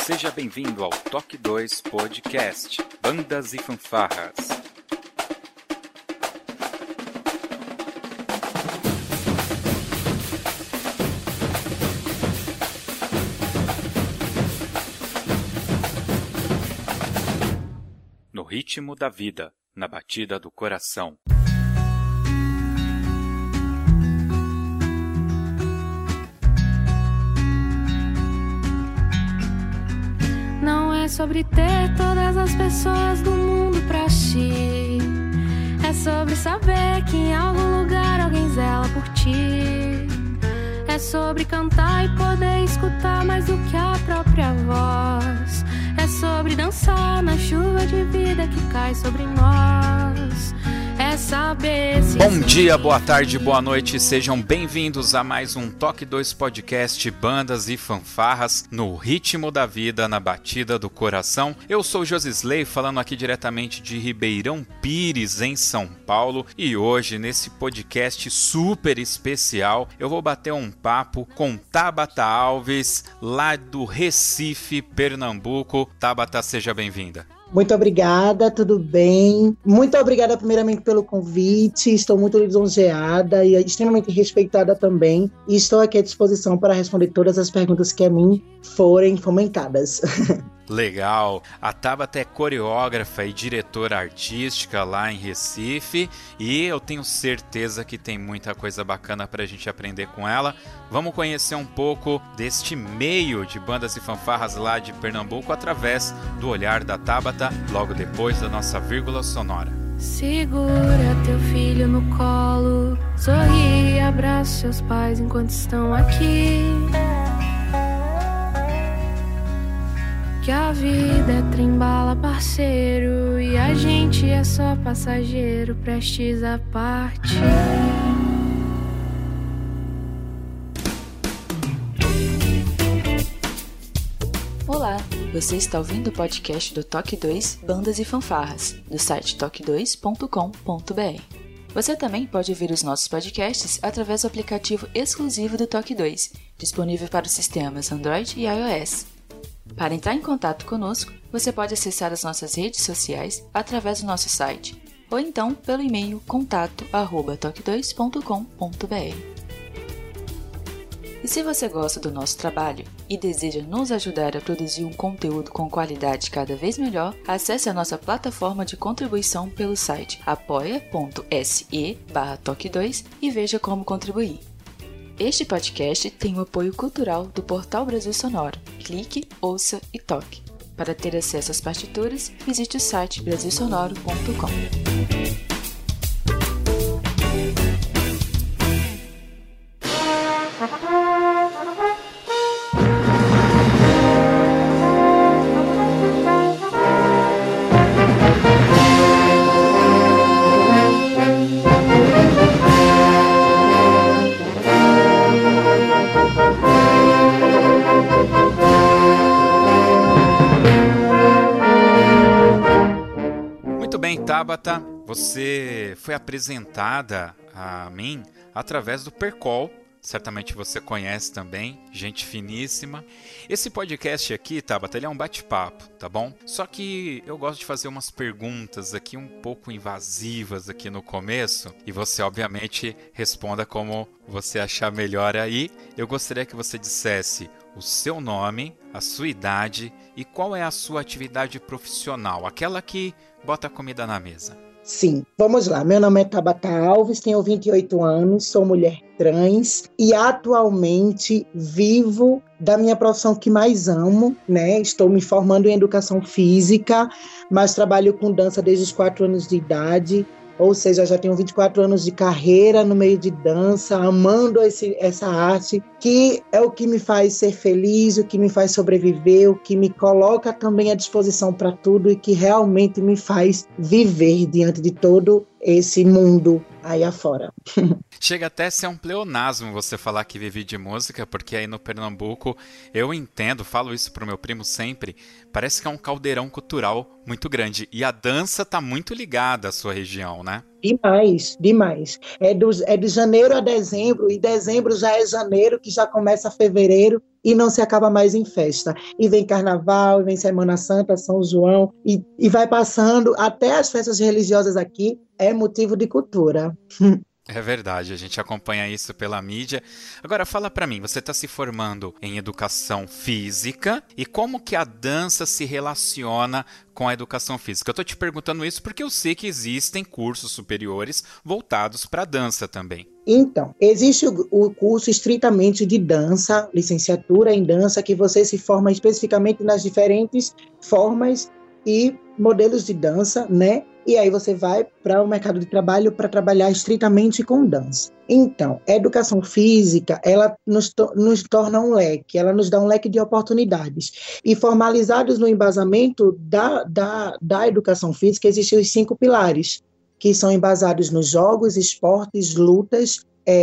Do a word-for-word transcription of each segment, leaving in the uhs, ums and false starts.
Seja bem-vindo ao Toque dois Podcast, Bandas e Fanfarras. No ritmo da vida, na batida do coração. Não é sobre ter todas as pessoas do mundo pra ti. É sobre saber que em algum lugar alguém zela por ti. É sobre cantar e poder escutar mais do que a própria voz. É sobre dançar na chuva de vida que cai sobre nós. É saber se... Bom dia, boa tarde, boa noite, sejam bem-vindos a mais um Toque dois Podcast, Bandas e Fanfarras, no ritmo da vida, na batida do coração. Eu sou Josisley, falando aqui diretamente de Ribeirão Pires, em São Paulo, e hoje, nesse podcast super especial, eu vou bater um papo com Tabata Alves, lá do Recife, Pernambuco. Tabata, seja bem-vinda. Muito obrigada, tudo bem? Muito obrigada primeiramente pelo convite, estou muito lisonjeada e extremamente respeitada também, e estou aqui à disposição para responder todas as perguntas que a mim forem fomentadas. Legal! A Tabata é coreógrafa e diretora artística lá em Recife e eu tenho certeza que tem muita coisa bacana pra gente aprender com ela. Vamos conhecer um pouco deste meio de bandas e fanfarras lá de Pernambuco através do olhar da Tabata, logo depois da nossa vírgula sonora. Segura teu filho no colo, sorri e abraça seus pais enquanto estão aqui. Que a vida é trem-bala, parceiro, e a gente é só passageiro, prestes a partir. Olá, você está ouvindo o podcast do Toque dois Bandas e Fanfarras, do site toque dois ponto com ponto b r. Você também pode ouvir os nossos podcasts através do aplicativo exclusivo do Toque dois, disponível para os sistemas Android e iOS. Para entrar em contato conosco, você pode acessar as nossas redes sociais através do nosso site, ou então pelo e-mail contato arroba toque dois ponto com ponto b r. E se você gosta do nosso trabalho e deseja nos ajudar a produzir um conteúdo com qualidade cada vez melhor, acesse a nossa plataforma de contribuição pelo site apoia.se barra toque dois e veja como contribuir. Este podcast tem o apoio cultural do Portal Brasil Sonoro. Clique, ouça e toque. Para ter acesso às partituras, visite o site brasil sonoro ponto com. Tabata, você foi apresentada a mim através do Percol, certamente você conhece também, gente finíssima. Esse podcast aqui, Tabata, ele é um bate-papo, tá bom? Só que eu gosto de fazer umas perguntas aqui um pouco invasivas aqui no começo e você obviamente responda como você achar melhor aí. Eu gostaria que você dissesse o seu nome, a sua idade e qual é a sua atividade profissional, aquela que bota comida na mesa. Sim, vamos lá. Meu nome é Tabata Alves, tenho vinte e oito anos, sou mulher trans e atualmente vivo da minha profissão que mais amo, né? Estou me formando em educação física, mas trabalho com dança desde os quatro anos de idade. Ou seja, já tenho vinte e quatro anos de carreira no meio de dança, amando esse, essa arte, que é o que me faz ser feliz, o que me faz sobreviver, o que me coloca também à disposição para tudo e que realmente me faz viver diante de todo esse mundo aí afora. Chega até a ser um pleonasmo você falar que vive de música, porque aí no Pernambuco, eu entendo, falo isso pro meu primo sempre, parece que é um caldeirão cultural muito grande. E a dança tá muito ligada à sua região, né? Demais, demais. É, do, é de janeiro a dezembro, e dezembro já é janeiro, que já começa fevereiro, e não se acaba mais em festa. E vem Carnaval, e vem Semana Santa, São João, e, e vai passando até as festas religiosas aqui, é motivo de cultura. É verdade, a gente acompanha isso pela mídia. Agora fala pra mim, você está se formando em educação física e como que a dança se relaciona com a educação física? Eu tô te perguntando isso porque eu sei que existem cursos superiores voltados para dança também. Então, existe o, o curso estritamente de dança, licenciatura em dança, que você se forma especificamente nas diferentes formas e modelos de dança, né? E aí você vai para o mercado de trabalho para trabalhar estritamente com dança. Então, a educação física, ela nos, to- nos torna um leque, ela nos dá um leque de oportunidades. E formalizados no embasamento da, da, da educação física, existem os cinco pilares, que são embasados nos jogos, esportes, lutas,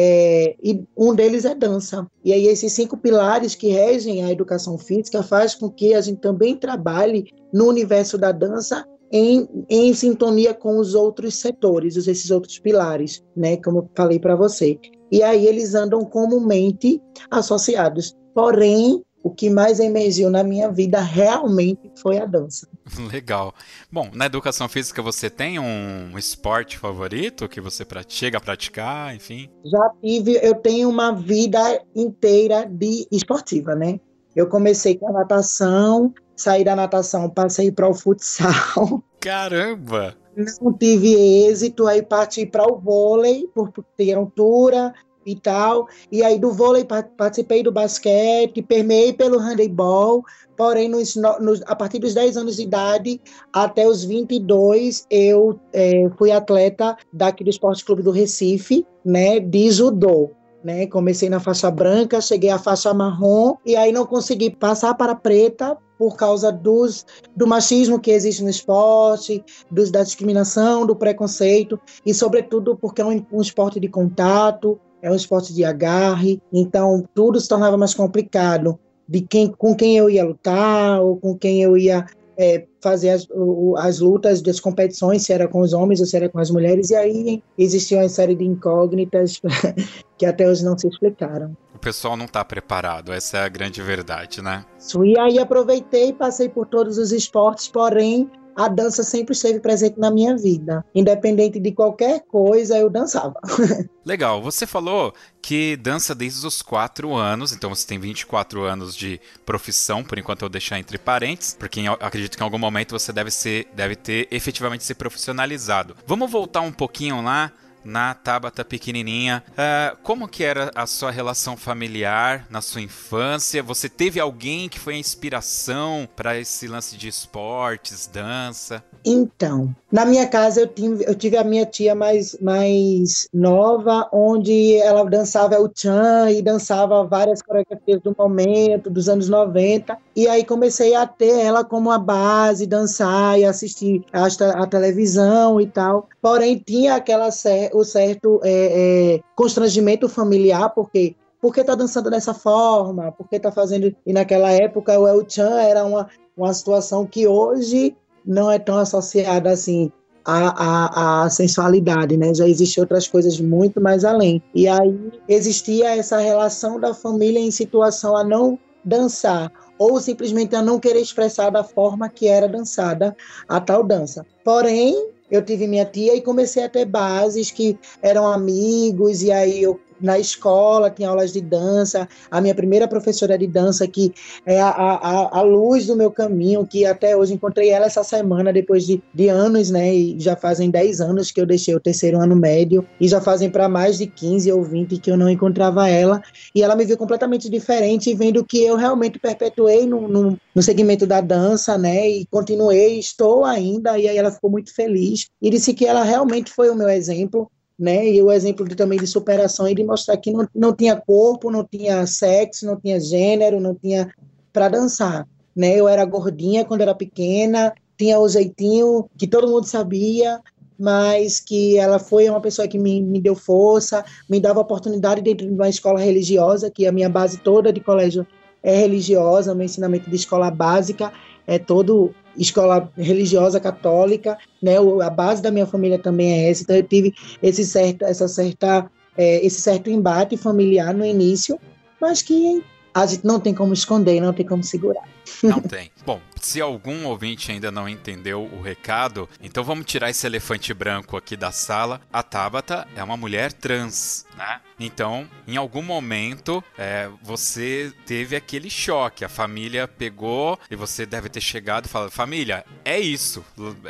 é, e um deles é dança. E aí esses cinco pilares que regem a educação física faz com que a gente também trabalhe no universo da dança Em, em sintonia com os outros setores, esses outros pilares, né, como eu falei para você. E aí eles andam comumente associados. Porém, o que mais emergiu na minha vida realmente foi a dança. Legal. Bom, na educação física você tem um esporte favorito que você chega a praticar, enfim? Já tive, eu tenho uma vida inteira de esportiva, né? Eu comecei com a natação, saí da natação, passei para o futsal. Caramba! Não tive êxito, aí parti para o vôlei, por ter altura e tal. E aí do vôlei participei do basquete, permeei pelo handebol, porém nos, nos, a partir dos dez anos de idade até os vinte e dois eu é, fui atleta daqui do Esporte Clube do Recife, né, de judô. Né? Comecei na faixa branca, cheguei à faixa marrom e aí não consegui passar para a preta por causa dos, do machismo que existe no esporte, dos, da discriminação, do preconceito e sobretudo porque é um, um esporte de contato, é um esporte de agarre, então tudo se tornava mais complicado de quem, com quem eu ia lutar ou com quem eu ia é, fazer as, o, as lutas das competições, se era com os homens ou se era com as mulheres, e aí existia uma série de incógnitas que até hoje não se explicaram. O pessoal não está preparado, essa é a grande verdade, né? E aí aproveitei e passei por todos os esportes, porém a dança sempre esteve presente na minha vida. Independente de qualquer coisa, eu dançava. Legal, você falou que dança desde os quatro anos, então você tem vinte e quatro anos de profissão, por enquanto eu vou deixar entre parênteses, porque eu acredito que em algum momento você deve, ser, deve ter efetivamente se profissionalizado. Vamos voltar um pouquinho lá na Tabata pequenininha. Uh, como que era a sua relação familiar na sua infância? Você teve alguém que foi a inspiração para esse lance de esportes, dança? Então, na minha casa eu tive, eu tive a minha tia mais, mais nova, onde ela dançava o tchan e dançava várias coreografias do momento, dos anos noventa, e aí comecei a ter ela como a base, dançar e assistir a, a televisão e tal. Porém, tinha aquela, o certo é, é, constrangimento familiar, porque por que tá dançando dessa forma? Por que tá fazendo... E naquela época o El Chan era uma, uma situação que hoje não é tão associada assim à, à, à sensualidade, né? Já existem outras coisas muito mais além. E aí existia essa relação da família em situação a não dançar, ou simplesmente a não querer expressar da forma que era dançada a tal dança. Porém, eu tive minha tia e comecei a ter bases que eram amigos, e aí eu, na escola, tinha aulas de dança. A minha primeira professora de dança, que é a, a, a luz do meu caminho, que até hoje encontrei ela essa semana, depois de, de anos, né? E já fazem dez anos que eu deixei o terceiro ano médio, e já fazem para mais de quinze ou vinte que eu não encontrava ela. E ela me viu completamente diferente, vendo que eu realmente perpetuei no, no, no segmento da dança, né? E continuei, estou ainda, e aí ela ficou muito feliz. E disse que ela realmente foi o meu exemplo, né? E o exemplo de, também de superação e de mostrar que não, não tinha corpo, não tinha sexo, não tinha gênero, não tinha para dançar, né? Eu era gordinha quando era pequena, tinha o jeitinho que todo mundo sabia, mas que ela foi uma pessoa que me, me deu força, me dava oportunidade dentro de uma escola religiosa, que a minha base toda de colégio é religiosa, meu ensinamento de escola básica é todo escola religiosa católica, né? A base da minha família também é essa, então eu tive esse certo, essa certa, é, esse certo embate familiar no início, mas que a gente não tem como esconder, não tem como segurar. Não tem. Bom, se algum ouvinte ainda não entendeu o recado, então vamos tirar esse elefante branco aqui da sala. A Tabata é uma mulher trans, né? Então, em algum momento, é, você teve aquele choque. A família pegou e você deve ter chegado e falado, família, é isso.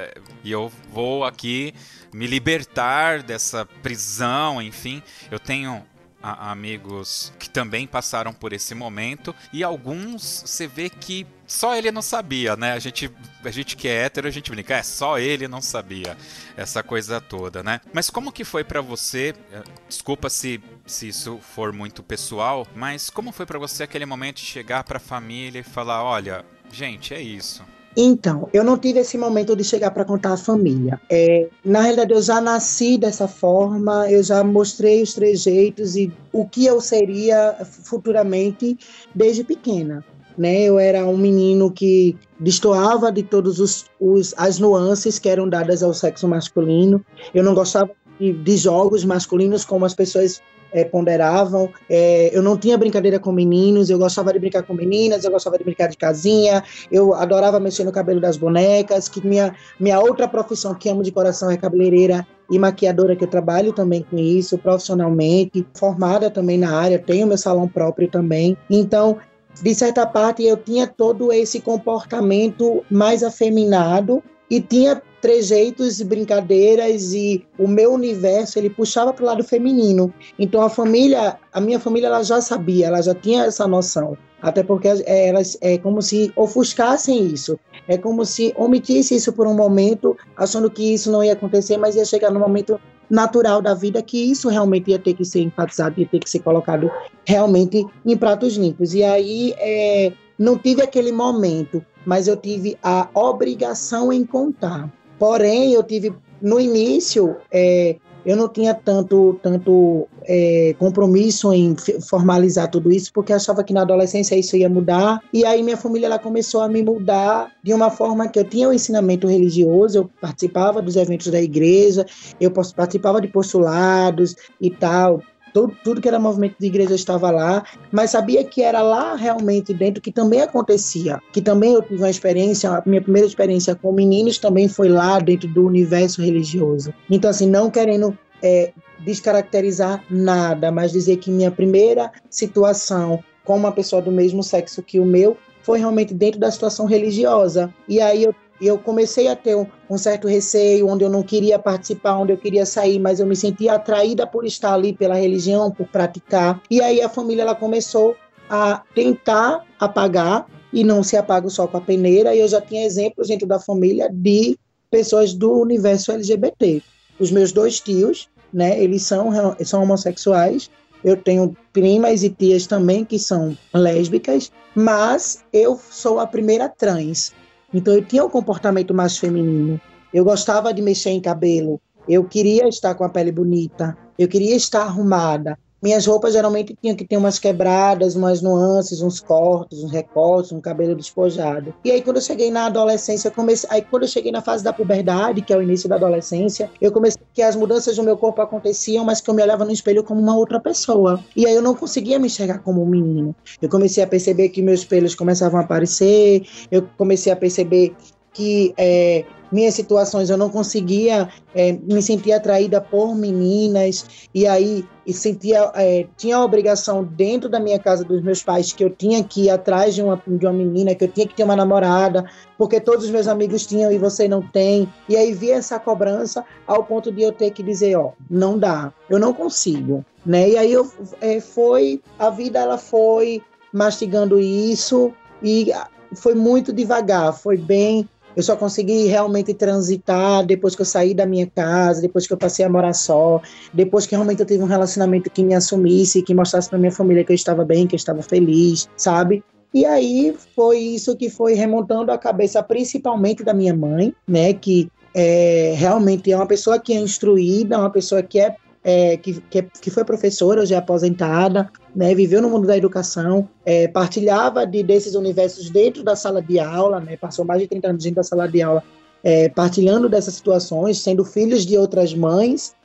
E eu vou aqui me libertar dessa prisão, enfim. Eu tenho a, amigos que também passaram por esse momento e alguns você vê que só ele não sabia, né? A gente, a gente que é hétero, a gente brinca, é, só ele não sabia essa coisa toda, né? Mas como que foi pra você, desculpa se, se isso for muito pessoal, mas como foi pra você aquele momento de chegar pra família e falar, olha, gente, é isso? Então, eu não tive esse momento de chegar para contar à família. É, na realidade, eu já nasci dessa forma, eu já mostrei os trejeitos e o que eu seria futuramente desde pequena. Né? Eu era um menino que destoava de todas os, os, as nuances que eram dadas ao sexo masculino. Eu não gostava de, de jogos masculinos como as pessoas É, ponderavam, é, eu não tinha brincadeira com meninos, eu gostava de brincar com meninas, eu gostava de brincar de casinha, eu adorava mexer no cabelo das bonecas, que minha, minha outra profissão que amo de coração é cabeleireira e maquiadora, que eu trabalho também com isso, profissionalmente, formada também na área, tenho meu salão próprio também, então, de certa parte, eu tinha todo esse comportamento mais afeminado e tinha trejeitos e brincadeiras e o meu universo, ele puxava para o lado feminino. Então a família, a minha família, ela já sabia, ela já tinha essa noção. Até porque elas é como se ofuscassem isso. É como se omitisse isso por um momento, achando que isso não ia acontecer, mas ia chegar no momento natural da vida que isso realmente ia ter que ser enfatizado, ia ter que ser colocado realmente em pratos limpos. E aí é, não tive aquele momento, mas eu tive a obrigação em contar. Porém, eu tive, no início, é, eu não tinha tanto, tanto é, compromisso em formalizar tudo isso, porque achava que na adolescência isso ia mudar. E aí minha família ela começou a me mudar de uma forma que eu tinha o um ensinamento religioso, eu participava dos eventos da igreja, eu participava de postulados e tal. Tudo, tudo que era movimento de igreja estava lá, mas sabia que era lá realmente dentro que também acontecia, que também eu tive uma experiência, a minha primeira experiência com meninos também foi lá dentro do universo religioso. Então assim, não querendo é, descaracterizar nada, mas dizer que minha primeira situação com uma pessoa do mesmo sexo que o meu foi realmente dentro da situação religiosa. E aí eu E eu comecei a ter um, um certo receio, onde eu não queria participar, onde eu queria sair, mas eu me sentia atraída por estar ali pela religião, por praticar. E aí a família ela começou a tentar apagar, e não se apaga só com a peneira. E eu já tinha exemplos dentro da família de pessoas do universo L G B T. Os meus dois tios, né, eles são, são homossexuais. Eu tenho primas e tias também que são lésbicas, mas eu sou a primeira trans. Então eu tinha um comportamento mais feminino, eu gostava de mexer em cabelo, eu queria estar com a pele bonita, eu queria estar arrumada. Minhas roupas geralmente tinham que ter umas quebradas, umas nuances, uns cortes, uns recortes, um cabelo despojado. E aí quando eu cheguei na adolescência, eu comecei, aí quando eu cheguei na fase da puberdade, que é o início da adolescência, eu comecei que as mudanças no meu corpo aconteciam, mas que eu me olhava no espelho como uma outra pessoa. E aí eu não conseguia me enxergar como um menino. Eu comecei a perceber que meus pelos começavam a aparecer, eu comecei a perceber que é, minhas situações eu não conseguia é, me sentir atraída por meninas, e aí e sentia, é, tinha a obrigação dentro da minha casa dos meus pais que eu tinha que ir atrás de uma, de uma menina, que eu tinha que ter uma namorada, porque todos os meus amigos tinham e você não tem. E aí via essa cobrança ao ponto de eu ter que dizer, ó, não dá, eu não consigo, né? E aí eu, é, foi, a vida ela foi mastigando isso e foi muito devagar, foi bem. Eu só consegui realmente transitar depois que eu saí da minha casa, depois que eu passei a morar só, depois que realmente eu tive um relacionamento que me assumisse, que mostrasse para minha família que eu estava bem, que eu estava feliz, sabe? E aí foi isso que foi remontando a cabeça, principalmente da minha mãe, né? Que é, realmente é uma pessoa que é instruída, uma pessoa que é É, que, que, que foi professora, hoje é aposentada, né, viveu no mundo da educação, é, partilhava de, desses universos dentro da sala de aula, né, passou mais de trinta anos dentro da sala de aula, é, partilhando dessas situações, sendo filhos de outras mães,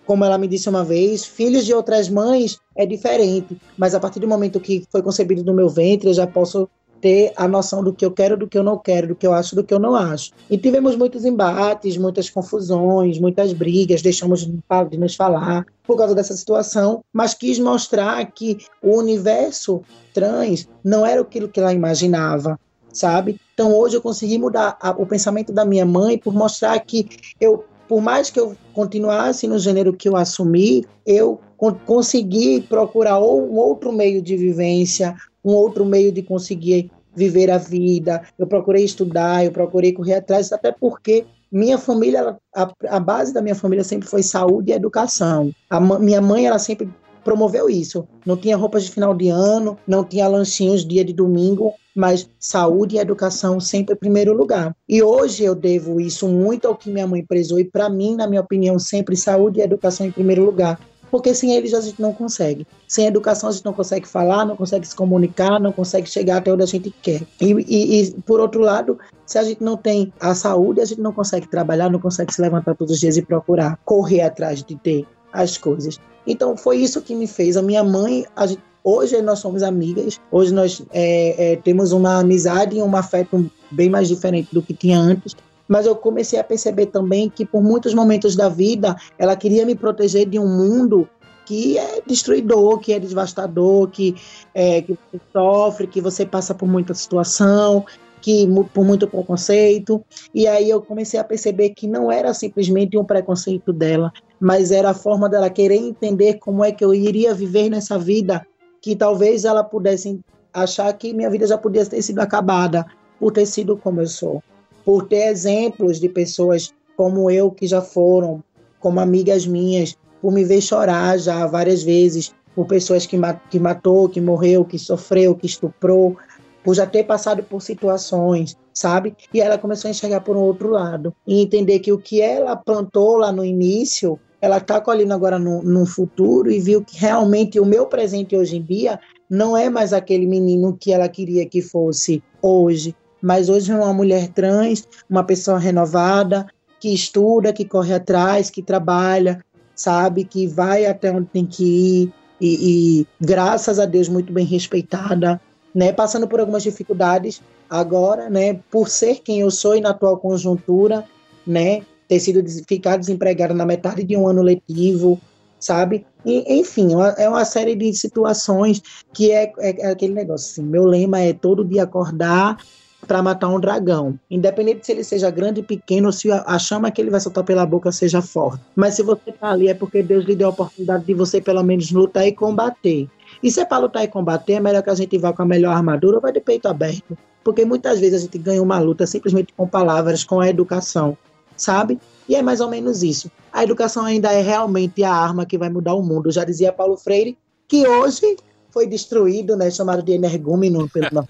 como ela me disse uma vez, filhos de outras mães é diferente, mas a partir do momento que foi concebido no meu ventre, eu já posso ter a noção do que eu quero, do que eu não quero, do que eu acho, do que eu não acho. E tivemos muitos embates, muitas confusões, muitas brigas, deixamos de nos falar por causa dessa situação, mas quis mostrar que o universo trans não era aquilo que ela imaginava, sabe? Então hoje eu consegui mudar a, o pensamento da minha mãe por mostrar que eu, por mais que eu continuasse no gênero que eu assumi, eu con- consegui procurar ou um outro meio de vivência, um outro meio de conseguir viver a vida. Eu procurei estudar, eu procurei correr atrás, até porque minha família, ela, a, a base da minha família sempre foi saúde e educação. A minha mãe, ela sempre promoveu isso. Não tinha roupas de final de ano, não tinha lanchinhos dia de domingo, mas saúde e educação sempre em primeiro lugar. E hoje eu devo isso muito ao que minha mãe prezou, e para mim, na minha opinião, sempre saúde e educação em primeiro lugar. Porque sem eles a gente não consegue. Sem educação a gente não consegue falar, não consegue se comunicar, não consegue chegar até onde a gente quer. E, e, e por outro lado, se a gente não tem a saúde, a gente não consegue trabalhar, não consegue se levantar todos os dias e procurar, correr atrás de ter as coisas. Então foi isso que me fez. A minha mãe, a gente, hoje nós somos amigas, hoje nós é, é, temos uma amizade e um afeto bem mais diferente do que tinha antes. Mas eu comecei a perceber também que por muitos momentos da vida ela queria me proteger de um mundo que é destruidor, que é devastador, que, é, que você sofre, que você passa por muita situação, que, por muito preconceito. E aí eu comecei a perceber que não era simplesmente um preconceito dela, mas era a forma dela querer entender como é que eu iria viver nessa vida, que talvez ela pudesse achar que minha vida já podia ter sido acabada por ter sido como eu sou. Por ter exemplos de pessoas como eu que já foram, como amigas minhas, por me ver chorar já várias vezes, por pessoas que, mat- que matou, que morreu, que sofreu, que estuprou, por já ter passado por situações, sabe? E ela começou a enxergar por um outro lado e entender que o que ela plantou lá no início, ela está colhendo agora no, no futuro, e viu que realmente o meu presente hoje em dia não é mais aquele menino que ela queria que fosse hoje, mas hoje é uma mulher trans, uma pessoa renovada, que estuda, que corre atrás, que trabalha, sabe, que vai até onde tem que ir, e, e graças a Deus muito bem respeitada, né, passando por algumas dificuldades agora, né, por ser quem eu sou e na atual conjuntura, né, ter sido ficar desempregada na metade de um ano letivo, sabe, e, enfim, é uma série de situações que é, é, é aquele negócio assim, meu lema é todo dia acordar para matar um dragão, independente se ele seja grande, pequeno, ou se a chama que ele vai soltar pela boca seja forte. Mas se você está ali é porque Deus lhe deu a oportunidade de você pelo menos lutar e combater. E se é para lutar e combater, é melhor que a gente vá com a melhor armadura ou vai de peito aberto. Porque muitas vezes a gente ganha uma luta simplesmente com palavras, com a educação, sabe? E é mais ou menos isso. A educação ainda é realmente a arma que vai mudar o mundo. Já dizia Paulo Freire, que hoje foi destruído, né, chamado de energúmeno pelo nosso...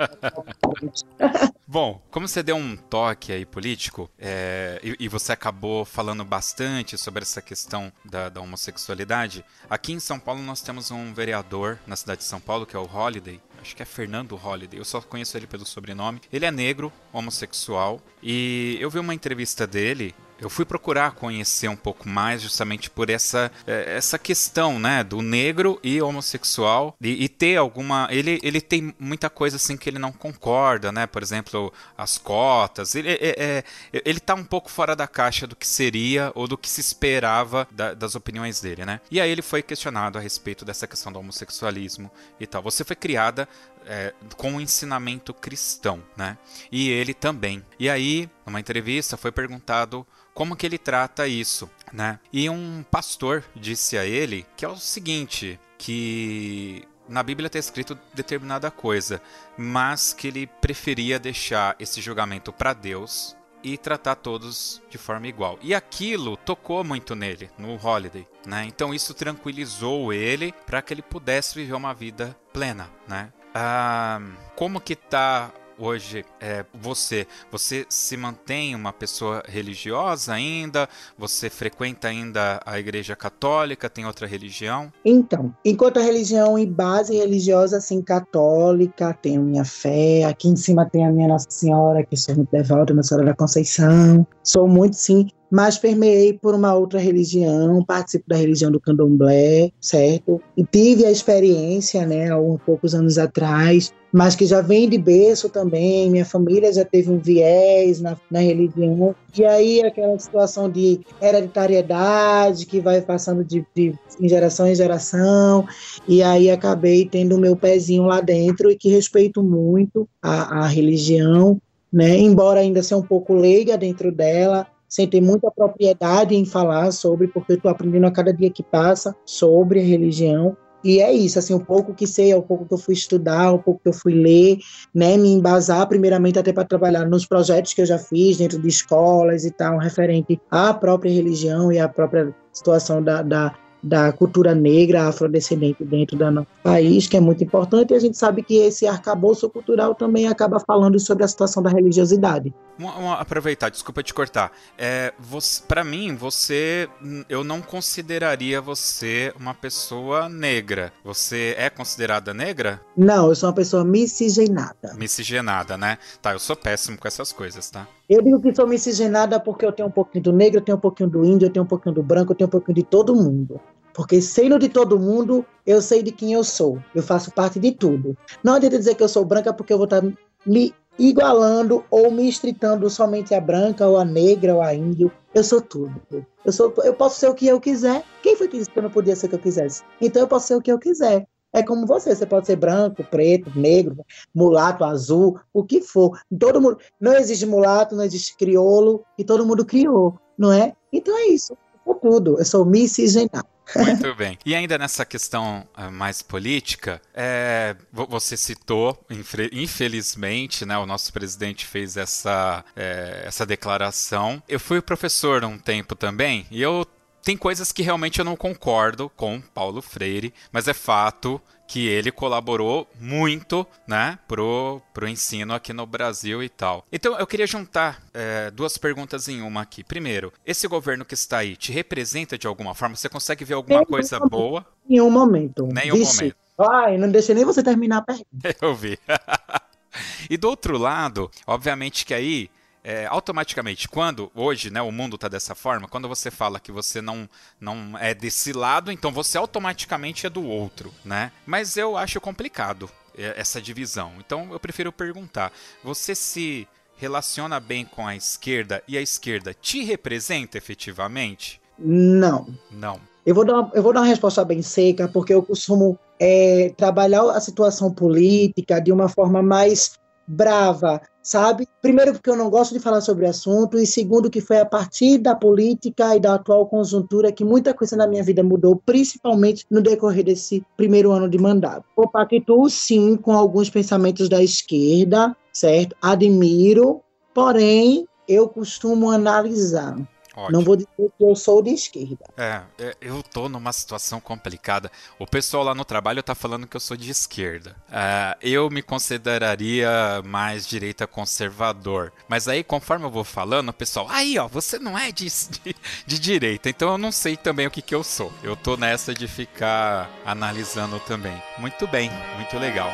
Bom, como você deu um toque aí político, é, e, e você acabou falando bastante sobre essa questão da, da homossexualidade, aqui em São Paulo nós temos um vereador na cidade de São Paulo, que é o Holliday, acho que é Fernando Holliday, eu só conheço ele pelo sobrenome. Ele é negro, homossexual, e eu vi uma entrevista dele. Eu fui procurar conhecer um pouco mais justamente por essa, essa questão, né, do negro e homossexual, e, e ter alguma... Ele, ele tem muita coisa assim que ele não concorda, né, por exemplo, as cotas, ele, é, é, ele tá um pouco fora da caixa do que seria ou do que se esperava da, das opiniões dele, né. E aí ele foi questionado a respeito dessa questão do homossexualismo e tal. Você foi criada é, com um ensinamento cristão, né, e ele também. E aí, numa entrevista, foi perguntado como que ele trata isso, né? E um pastor disse a ele que é o seguinte, que na Bíblia está escrito determinada coisa, mas que ele preferia deixar esse julgamento para Deus e tratar todos de forma igual. E aquilo tocou muito nele, no Holliday, né? Então isso tranquilizou ele para que ele pudesse viver uma vida plena, né? Ah, como que tá hoje é, você, você se mantém uma pessoa religiosa ainda? Você frequenta ainda a igreja católica? Tem outra religião? Então, enquanto a religião e base religiosa, assim, católica, tenho minha fé, aqui em cima tem a minha Nossa Senhora, que sou muito devota, Nossa Senhora da Conceição, sou muito, sim, mas permeei por uma outra religião, participo da religião do Candomblé, certo? E tive a experiência, né, há um poucos anos atrás, mas que já vem de berço também, minha família já teve um viés na, na religião, e aí aquela situação de hereditariedade que vai passando de, de em geração em geração, e aí acabei tendo o meu pezinho lá dentro e que respeito muito a, a religião, né, embora ainda seja um pouco leiga dentro dela, sem ter muita propriedade em falar sobre, porque eu estou aprendendo a cada dia que passa sobre a religião. E é isso, assim, um pouco que sei, um pouco que eu fui estudar, um pouco que eu fui ler, né, me embasar primeiramente até para trabalhar nos projetos que eu já fiz dentro de escolas e tal, referente à própria religião e à própria situação da, da, da cultura negra afrodescendente dentro do nosso país, que é muito importante, e a gente sabe que esse arcabouço cultural também acaba falando sobre a situação da religiosidade. Uma, uma, aproveitar, desculpa te cortar. É, para mim, você, eu não consideraria você uma pessoa negra. Você é considerada negra? Não, eu sou uma pessoa miscigenada. Miscigenada, né? Tá, eu sou péssimo com essas coisas, tá? Eu digo que sou miscigenada porque eu tenho um pouquinho do negro, eu tenho um pouquinho do índio, eu tenho um pouquinho do branco, eu tenho um pouquinho de todo mundo. Porque sendo de todo mundo, eu sei de quem eu sou. Eu faço parte de tudo. Não adianta dizer que eu sou branca porque eu vou estar me igualando ou me estritando somente a branca ou a negra ou a índio. Eu sou tudo. Eu, sou, eu posso ser o que eu quiser. Quem foi que disse que eu não podia ser o que eu quisesse? Então eu posso ser o que eu quiser. É como você, você pode ser branco, preto, negro, mulato, azul, o que for. Todo mundo, não existe mulato, não existe crioulo, e todo mundo criou, não é? Então é isso, eu sou tudo, eu sou miscigenada. Muito bem. E ainda nessa questão uh, mais política, é, você citou, infelizmente, né, o nosso presidente fez essa, é, essa declaração. Eu fui professor um tempo também, e eu tem coisas que realmente eu não concordo com Paulo Freire, mas é fato que ele colaborou muito, né, pro, pro ensino aqui no Brasil e tal. Então eu queria juntar é, duas perguntas em uma aqui. Primeiro, esse governo que está aí te representa de alguma forma? Você consegue ver alguma Nenhum coisa momento, boa? Nenhum momento. Nenhum Vixe, momento. Ai, não deixa nem você terminar a pergunta. Eu vi. E do outro lado, obviamente que aí É, automaticamente, quando hoje, né, o mundo está dessa forma, quando você fala que você não, não é desse lado, então você automaticamente é do outro, né? Mas eu acho complicado essa divisão. Então eu prefiro perguntar, você se relaciona bem com a esquerda e a esquerda te representa efetivamente? Não. Não. Eu vou dar uma, eu vou dar uma resposta bem seca, porque eu costumo é, trabalhar a situação política de uma forma mais brava, sabe? Primeiro porque eu não gosto de falar sobre o assunto, e segundo que foi a partir da política e da atual conjuntura que muita coisa na minha vida mudou, principalmente no decorrer desse primeiro ano de mandato. Eu pactuo sim com alguns pensamentos da esquerda, certo? Admiro, porém eu costumo analisar. Ótimo. Não vou dizer que eu sou de esquerda. É, eu tô numa situação complicada. O pessoal lá no trabalho tá falando que eu sou de esquerda. É, eu me consideraria mais direita conservador. Mas aí, conforme eu vou falando, o pessoal... Aí, ó, você não é de, de, de direita. Então eu não sei também o que que eu sou. Eu tô nessa de ficar analisando também. Muito bem, muito legal.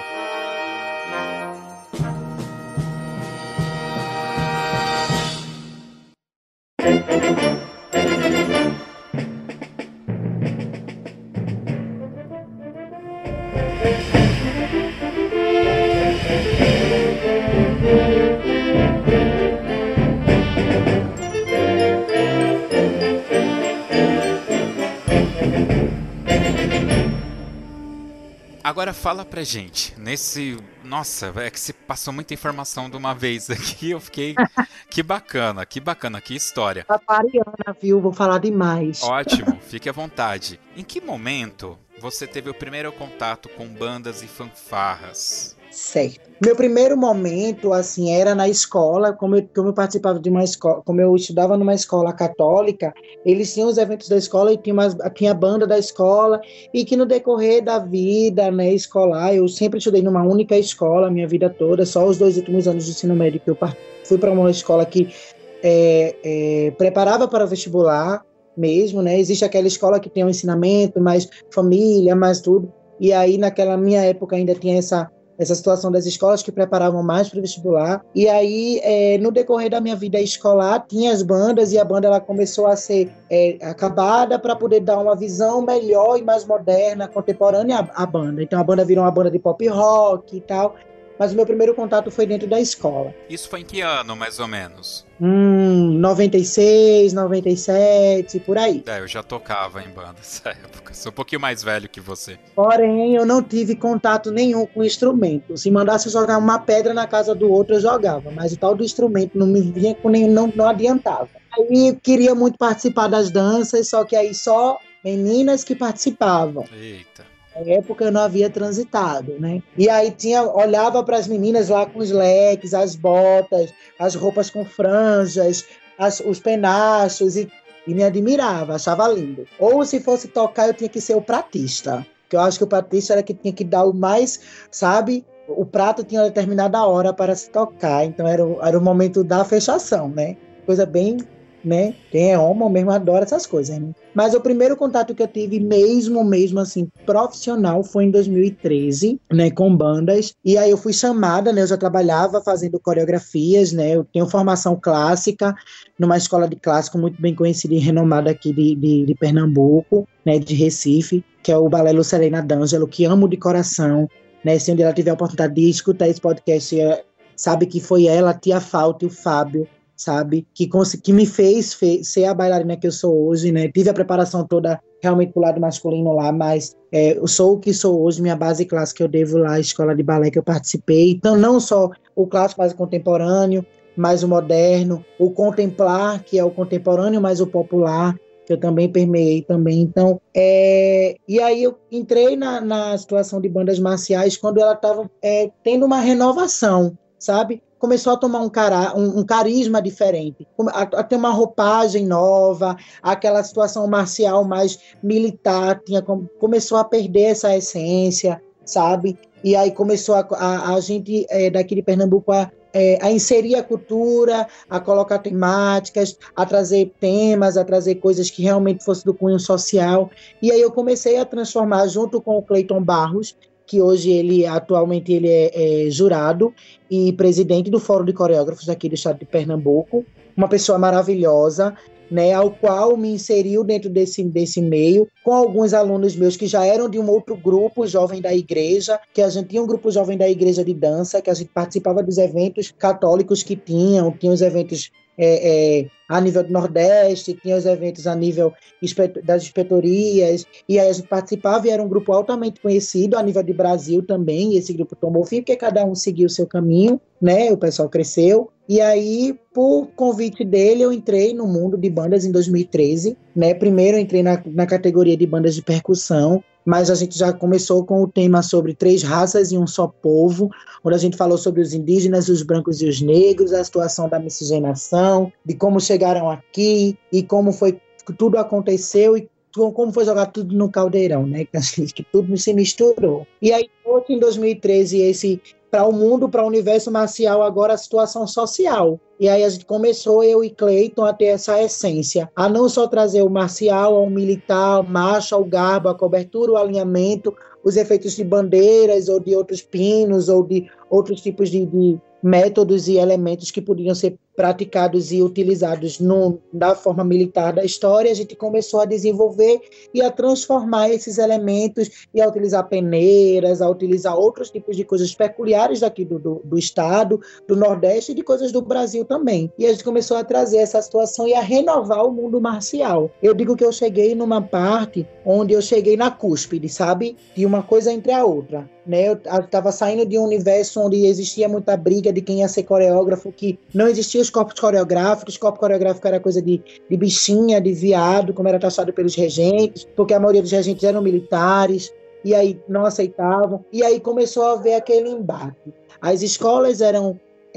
Agora fala pra gente, nesse... Nossa, é que se passou muita informação de uma vez aqui, eu fiquei... Que bacana, que bacana, que história. Papariana, viu? Vou falar demais. Ótimo, fique à vontade. Em que momento você teve o primeiro contato com bandas e fanfarras? Certo. Meu primeiro momento, assim, era na escola, como eu, como eu participava de uma escola, como eu estudava numa escola católica, eles tinham os eventos da escola e tinha, umas, tinha a banda da escola, e que no decorrer da vida, né, escolar, eu sempre estudei numa única escola a minha vida toda, só os dois últimos anos de ensino médio que eu fui para uma escola que é, é, preparava para o vestibular mesmo, né? Existe aquela escola que tem um ensinamento, mais família, mais tudo, e aí naquela minha época ainda tinha essa essa situação das escolas que preparavam mais para o vestibular. E aí, é, no decorrer da minha vida escolar, tinha as bandas, e a banda ela começou a ser é, acabada para poder dar uma visão melhor e mais moderna, contemporânea à, à banda. Então a banda virou uma banda de pop rock e tal. Mas o meu primeiro contato foi dentro da escola. Isso foi em que ano, mais ou menos? Hum, noventa e seis, noventa e sete, por aí. É, eu já tocava em banda nessa época. Sou um pouquinho mais velho que você. Porém, eu não tive contato nenhum com o instrumento. Se mandasse jogar uma pedra na casa do outro, eu jogava. Mas o tal do instrumento não me vinha com nenhum, não, não adiantava. Aí eu queria muito participar das danças, só que aí só meninas que participavam. Eita. Na época eu não havia transitado, né? E aí tinha, olhava para as meninas lá com os leques, as botas, as roupas com franjas, as, os penachos, e, e me admirava, achava lindo. Ou se fosse tocar, eu tinha que ser o pratista, que eu acho que o pratista era que tinha que dar o mais, sabe? O prato tinha uma determinada hora para se tocar, então era o, era o momento da fechação, né? Coisa bem... né? Quem é homem mesmo adora essas coisas, né? Mas o primeiro contato que eu tive mesmo, mesmo assim, profissional, foi em dois mil e treze, né, com bandas, e aí eu fui chamada, né, eu já trabalhava fazendo coreografias, né, eu tenho formação clássica numa escola de clássico muito bem conhecida e renomada aqui de, de, de Pernambuco, né, de Recife, que é o Balé Lucerena D'Angelo, que amo de coração, né, se um dia ela tiver a oportunidade de escutar esse podcast, sabe que foi ela, a tia Fauti e o Fábio, sabe, que, que me fez, fez ser a bailarina que eu sou hoje, né, tive a preparação toda realmente pro lado masculino lá, mas é, eu sou o que sou hoje, minha base clássica eu devo lá à escola de balé que eu participei, então não só o clássico, mas o contemporâneo, mas o moderno, o contemplar, que é o contemporâneo, mas o popular, que eu também permeei também, então, é, e aí eu entrei na, na situação de bandas marciais quando ela estava é, tendo uma renovação, sabe, começou a tomar um, cara, um, um carisma diferente, a, a ter uma roupagem nova, aquela situação marcial mais militar, tinha, começou a perder essa essência, sabe? E aí começou a, a, a gente é, daqui de Pernambuco a, é, a inserir a cultura, a colocar temáticas, a trazer temas, a trazer coisas que realmente fossem do cunho social. E aí eu comecei a transformar, junto com o Cleiton Barros, que hoje ele, atualmente, ele é, é jurado e presidente do Fórum de Coreógrafos aqui do estado de Pernambuco, uma pessoa maravilhosa, né, ao qual me inseriu dentro desse, desse meio, com alguns alunos meus que já eram de um outro grupo, Jovem da Igreja, que a gente tinha um grupo Jovem da Igreja de dança, que a gente participava dos eventos católicos que tinham, tinha os eventos é, é, a nível do Nordeste, tinha os eventos a nível das inspetorias, e aí a gente participava e era um grupo altamente conhecido a nível de Brasil também, e esse grupo tomou fim, porque cada um seguiu o seu caminho, né, o pessoal cresceu, e aí, por convite dele, eu entrei no mundo de bandas em dois mil e treze, né, primeiro eu entrei na, na categoria de bandas de percussão, mas a gente já começou com o tema sobre três raças e um só povo, onde a gente falou sobre os indígenas, os brancos e os negros, a situação da miscigenação, de como chegaram aqui e como foi tudo aconteceu e como foi jogar tudo no caldeirão, né? Que tudo se misturou. E aí, em dois mil e treze, esse para o mundo, para o universo marcial, agora a situação social. E aí a gente começou, eu e Cleiton, a ter essa essência, a não só trazer o marcial, ao militar, ao macho, ao garbo, a cobertura, o alinhamento, os efeitos de bandeiras ou de outros pinos ou de outros tipos de, de métodos e elementos que podiam ser praticados e utilizados no, da forma militar da história. A gente começou a desenvolver e a transformar esses elementos e a utilizar peneiras, a utilizar outros tipos de coisas peculiares daqui do, do, do estado, do Nordeste e de coisas do Brasil também. E a gente começou a trazer essa situação e a renovar o mundo marcial. Eu digo que eu cheguei numa parte onde eu cheguei na cúspide, sabe? De uma coisa entre a outra. Né? Eu estava saindo de um universo onde existia muita briga de quem ia ser coreógrafo, que não existia os corpos coreográficos, corpo coreográfico era coisa de, de bichinha, de viado, como era taxado pelos regentes, porque a maioria dos regentes eram militares, e aí não aceitavam, e aí começou a haver aquele embate. As escolas eram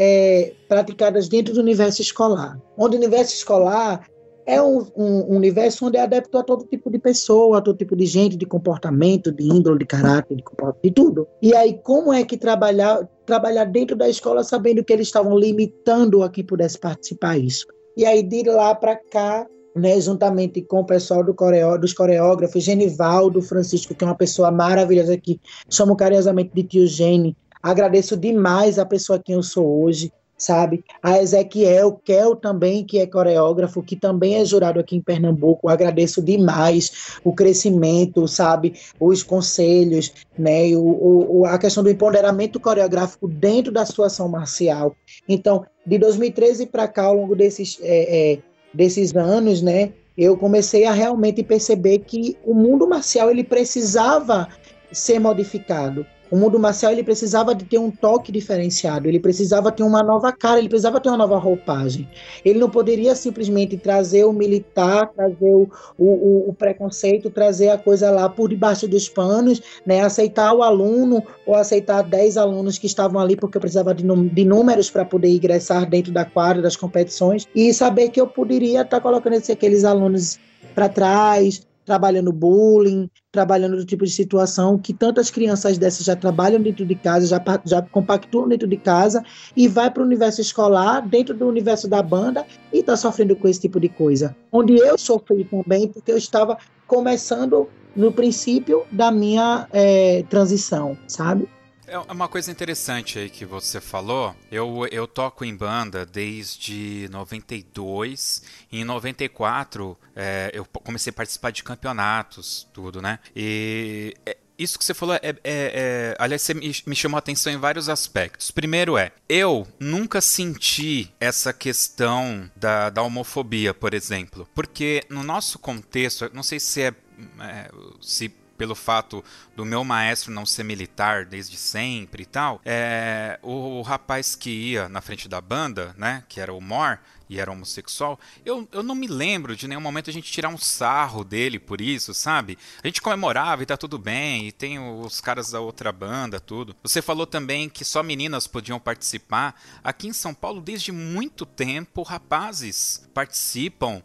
é, praticadas dentro do universo escolar, onde o universo escolar é um, um universo onde é adepto a todo tipo de pessoa, a todo tipo de gente, de comportamento, de índole, de caráter, de, de tudo. E aí, como é que trabalhar, trabalhar dentro da escola sabendo que eles estavam limitando a quem pudesse participar disso? E aí, de lá para cá, né, juntamente com o pessoal do coreó, dos coreógrafos, Genivaldo Francisco, que é uma pessoa maravilhosa, que chamo carinhosamente de tio Gene, Agradeço demais a pessoa que eu sou hoje, sabe? A Ezequiel, Kel também, que é coreógrafo, que também é jurado aqui em Pernambuco. Agradeço demais o crescimento, sabe? Os conselhos, né? O, o, a questão do empoderamento coreográfico dentro da situação marcial. Então, de dois mil e treze para cá, ao longo desses, é, é, desses anos, né? Eu comecei a realmente perceber que o mundo marcial ele precisava ser modificado. O mundo marcial ele precisava de ter um toque diferenciado, ele precisava ter uma nova cara, ele precisava ter uma nova roupagem. Ele não poderia simplesmente trazer o militar, trazer o, o, o preconceito, trazer a coisa lá por debaixo dos panos, né? Aceitar o aluno ou aceitar dez alunos que estavam ali porque eu precisava de, de números para poder ingressar dentro da quadra, das competições, e saber que eu poderia estar colocando esses, aqueles alunos para trás, trabalhando bullying, trabalhando do tipo de situação que tantas crianças dessas já trabalham dentro de casa, já, já compactuam dentro de casa e vai para o universo escolar, dentro do universo da banda e está sofrendo com esse tipo de coisa. Onde eu sofri também, porque eu estava começando no princípio da minha é, transição, sabe? É uma coisa interessante aí que você falou. Eu, eu toco em banda desde noventa e dois. E em noventa e quatro é, eu comecei a participar de campeonatos, tudo, né? E é, isso que você falou, é, é, é, aliás, você me, me chamou a atenção em vários aspectos. Primeiro é, eu nunca senti essa questão da, da homofobia, por exemplo. Porque no nosso contexto, não sei se é... é se pelo fato do meu maestro não ser militar desde sempre e tal, é, o, o rapaz que ia na frente da banda, né, que era o Mor, e era homossexual, eu, eu não me lembro de nenhum momento a gente tirar um sarro dele por isso, sabe? A gente comemorava e tá tudo bem, e tem os caras da outra banda, tudo. Você falou também que só meninas podiam participar. Aqui em São Paulo, desde muito tempo, rapazes participam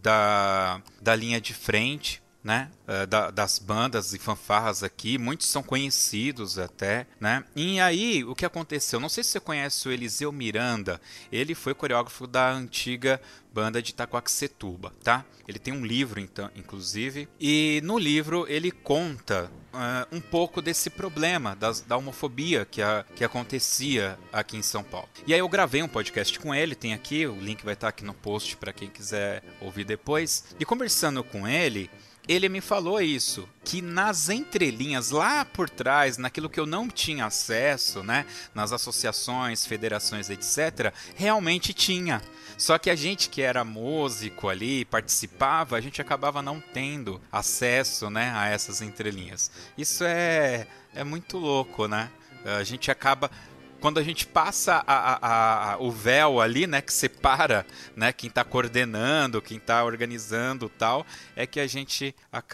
da, da linha de frente, né, da, das bandas e fanfarras aqui, muitos são conhecidos até, né, e aí o que aconteceu, não sei se você conhece o Eliseu Miranda, ele foi coreógrafo da antiga banda de Itaquaquecetuba, tá, ele tem um livro, então, inclusive, e no livro ele conta uh, um pouco desse problema das, da homofobia que, a, que acontecia aqui em São Paulo, e aí eu gravei um podcast com ele, tem aqui, o link vai estar aqui no post para quem quiser ouvir depois, e conversando com ele, ele me falou isso, que nas entrelinhas, lá por trás, naquilo que eu não tinha acesso, né, nas associações, federações, etcétera, realmente tinha. Só que a gente que era músico ali, participava, a gente acabava não tendo acesso, né, a essas entrelinhas. Isso é, é muito louco, né? A gente acaba... Quando a gente passa a, a, a, o véu ali, né, que separa, né, quem está coordenando, quem está organizando tal, é que a gente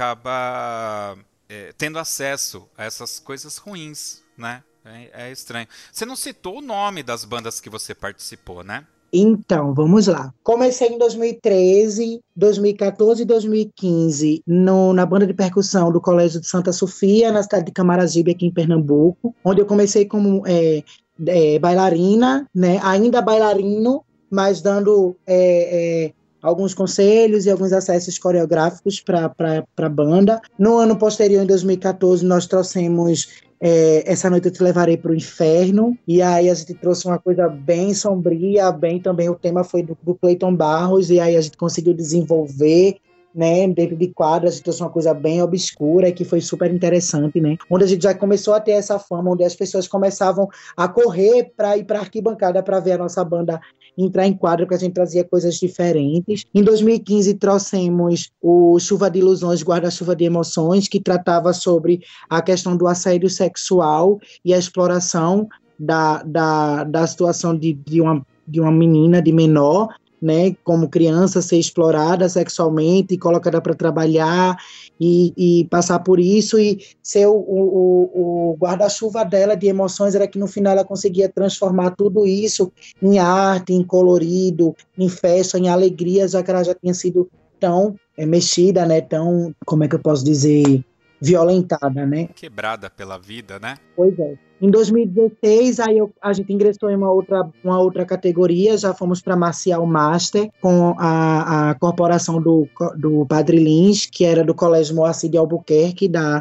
acaba é, tendo acesso a essas coisas ruins, né? É, é estranho. Você não citou o nome das bandas que você participou, né? Então, vamos lá. Comecei em dois mil e treze, dois mil e quatorze e dois mil e quinze no, na banda de percussão do Colégio de Santa Sofia, na cidade de Camaragibe, aqui em Pernambuco, onde eu comecei como é, é, bailarina, né? Ainda bailarino, mas dando é, é, alguns conselhos e alguns acessos coreográficos para a banda. No ano posterior, em dois mil e quatorze, nós trouxemos... É, Essa Noite Eu Te Levarei para o Inferno, e aí a gente trouxe uma coisa bem sombria, bem também o tema foi do, do Cleiton Barros, e aí a gente conseguiu desenvolver, né, dentro de quadros, a gente trouxe uma coisa bem obscura, que foi super interessante, né, onde a gente já começou a ter essa fama, onde as pessoas começavam a correr para ir para a arquibancada para ver a nossa banda entrar em quadro, porque a gente trazia coisas diferentes. Em dois mil e quinze trouxemos o Chuva de Ilusões, Guarda-Chuva de Emoções, que tratava sobre a questão do assédio sexual e a exploração da, da, da situação de, de, uma, de uma menina, de menor, né, como criança, ser explorada sexualmente, colocada para trabalhar e, e passar por isso, e ser o, o, o guarda-chuva dela de emoções era que no final ela conseguia transformar tudo isso em arte, em colorido, em festa, em alegria, já que ela já tinha sido tão é, mexida, né, tão, como é que eu posso dizer, violentada, né? Quebrada pela vida, né? Pois é. Em dois mil e dezesseis, aí eu, a gente ingressou em uma outra, uma outra categoria, já fomos para Marcial Master, com a, a corporação do, do Padre Lins, que era do Colégio Moacir de Albuquerque, da,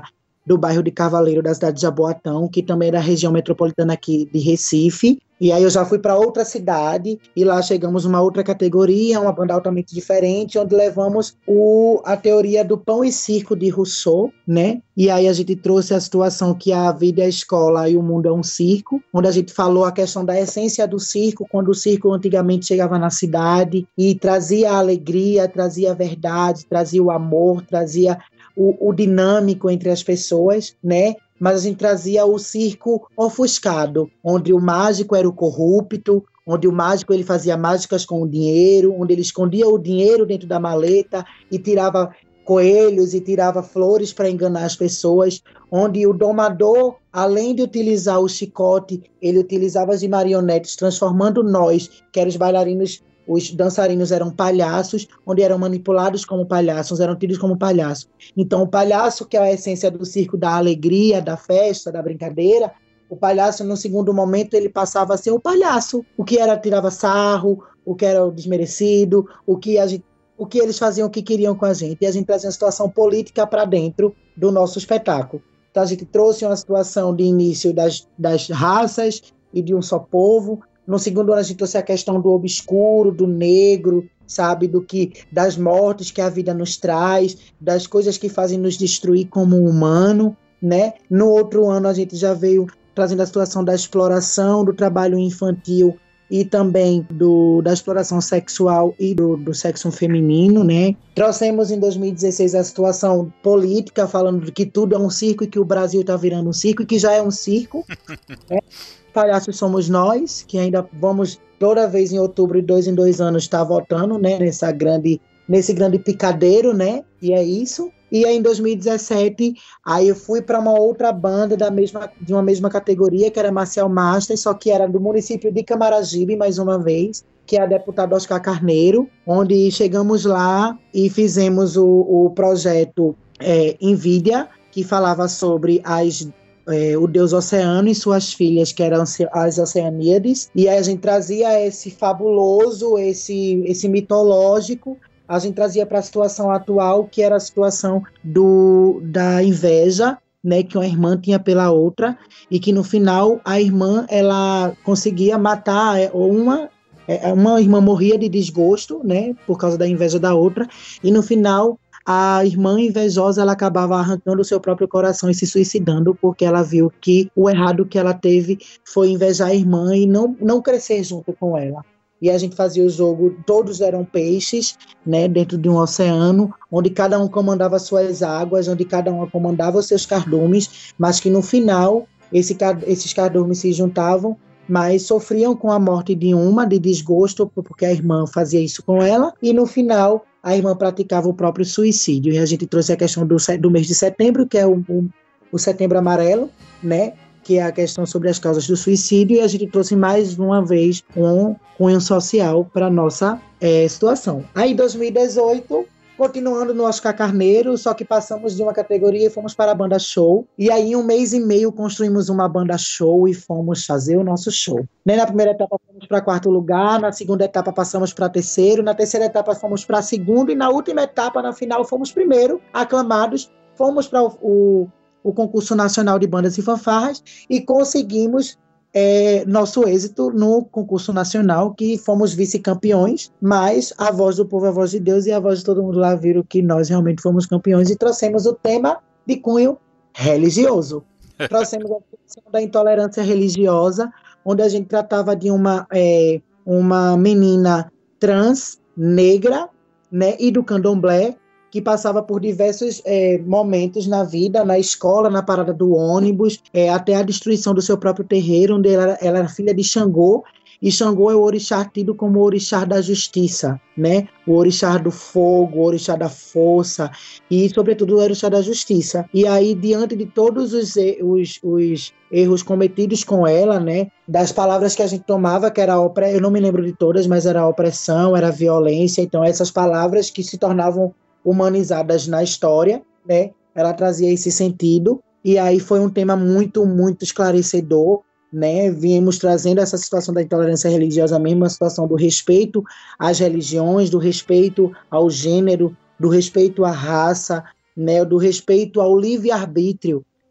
do bairro de Cavaleiro, da cidade de Jaboatão, que também é da região metropolitana aqui de Recife. E aí eu já fui para outra cidade, e lá chegamos uma outra categoria, uma banda altamente diferente, onde levamos o, a teoria do pão e circo de Rousseau, né? E aí a gente trouxe a situação que a vida é a escola e o mundo é um circo, onde a gente falou a questão da essência do circo, quando o circo antigamente chegava na cidade e trazia a alegria, trazia a verdade, trazia o amor, trazia O, o dinâmico entre as pessoas, né? Mas a gente trazia o circo ofuscado, onde o mágico era o corrupto, onde o mágico ele fazia mágicas com o dinheiro, onde ele escondia o dinheiro dentro da maleta e tirava coelhos e tirava flores para enganar as pessoas, onde o domador, além de utilizar o chicote, ele utilizava as marionetes, transformando nós, que eram os bailarinos. Os dançarinos eram palhaços, onde eram manipulados como palhaços, eram tidos como palhaços. Então, o palhaço, que é a essência do circo, da alegria, da festa, da brincadeira, o palhaço, no segundo momento, ele passava a ser o palhaço. O que era, tirava sarro, o que era o desmerecido, o que, a gente, o que eles faziam, o que queriam com a gente. E a gente trazia uma situação política para dentro do nosso espetáculo. Então, a gente trouxe uma situação de início das, das raças e de um só povo. No segundo ano a gente trouxe a questão do obscuro, do negro, sabe, do que, das mortes que a vida nos traz, das coisas que fazem nos destruir como humano, né? No outro ano a gente já veio trazendo a situação da exploração, do trabalho infantil e também do, da exploração sexual e do, do sexo feminino, né? Trouxemos em dois mil e dezesseis a situação política, falando de que tudo é um circo e que o Brasil está virando um circo e que já é um circo, né? Palhaços somos nós, que ainda vamos toda vez em outubro, de dois em dois anos, estar votando, né, nessa grande, nesse grande picadeiro, né? E é isso. E aí, em dois mil e dezessete, aí eu fui para uma outra banda da mesma, de uma mesma categoria, que era Marcial Master, só que era do município de Camaragibe, mais uma vez, que é a deputada Oscar Carneiro, onde chegamos lá e fizemos o, o projeto é, Invídia, que falava sobre as É, o deus Oceano e suas filhas, que eram as Oceaníades, e aí a gente trazia esse fabuloso, esse, esse mitológico, a gente trazia para a situação atual, que era a situação do, da inveja, né, que uma irmã tinha pela outra, e que no final a irmã ela conseguia matar uma, uma irmã morria de desgosto, né, por causa da inveja da outra, e no final a irmã invejosa ela acabava arrancando o seu próprio coração e se suicidando, porque ela viu que o errado que ela teve foi invejar a irmã e não, não crescer junto com ela. E a gente fazia o jogo, todos eram peixes, né, dentro de um oceano, onde cada um comandava suas águas, onde cada um comandava os seus cardumes, mas que no final esse, esses cardumes se juntavam, mas sofriam com a morte de uma, de desgosto, porque a irmã fazia isso com ela, e no final a irmã praticava o próprio suicídio. E a gente trouxe a questão do, do mês de setembro, que é o, o, o setembro amarelo, né, que é a questão sobre as causas do suicídio, e a gente trouxe mais uma vez um cunho social para a nossa é, situação. Aí em dois mil e dezoito, continuando no Oscar Carneiro, só que passamos de uma categoria e fomos para a banda show, e aí em um mês e meio construímos uma banda show e fomos fazer o nosso show. Nem na primeira etapa fomos para quarto lugar, na segunda etapa passamos para terceiro, na terceira etapa fomos para segundo, e na última etapa, na final, fomos primeiro, aclamados, fomos para o, o, o concurso nacional de bandas e fanfarras e conseguimos É, nosso êxito no concurso nacional, que fomos vice-campeões, mas a voz do povo é a voz de Deus e a voz de todo mundo lá viram que nós realmente fomos campeões e trouxemos o tema de cunho religioso. Trouxemos a questão da intolerância religiosa, onde a gente tratava de uma, é, uma menina trans, negra, né, e do candomblé, que passava por diversos é, momentos na vida, na escola, na parada do ônibus, é, até a destruição do seu próprio terreiro, onde ela, ela era filha de Xangô, e Xangô é o orixá tido como o orixá da justiça, né? O orixá do fogo, o orixá da força, e, sobretudo, o orixá da justiça. E aí, diante de todos os, os, os erros cometidos com ela, né? Das palavras que a gente tomava, que era opre... eu não me lembro de todas, mas era opressão, era violência, então essas palavras que se tornavam humanizadas na história, né? Ela trazia esse sentido, e aí foi um tema muito, muito esclarecedor, né? Viemos trazendo essa situação da intolerância religiosa mesmo, a situação do respeito às religiões, do respeito ao gênero, do respeito à raça, né? Do respeito ao livre-arbítrio,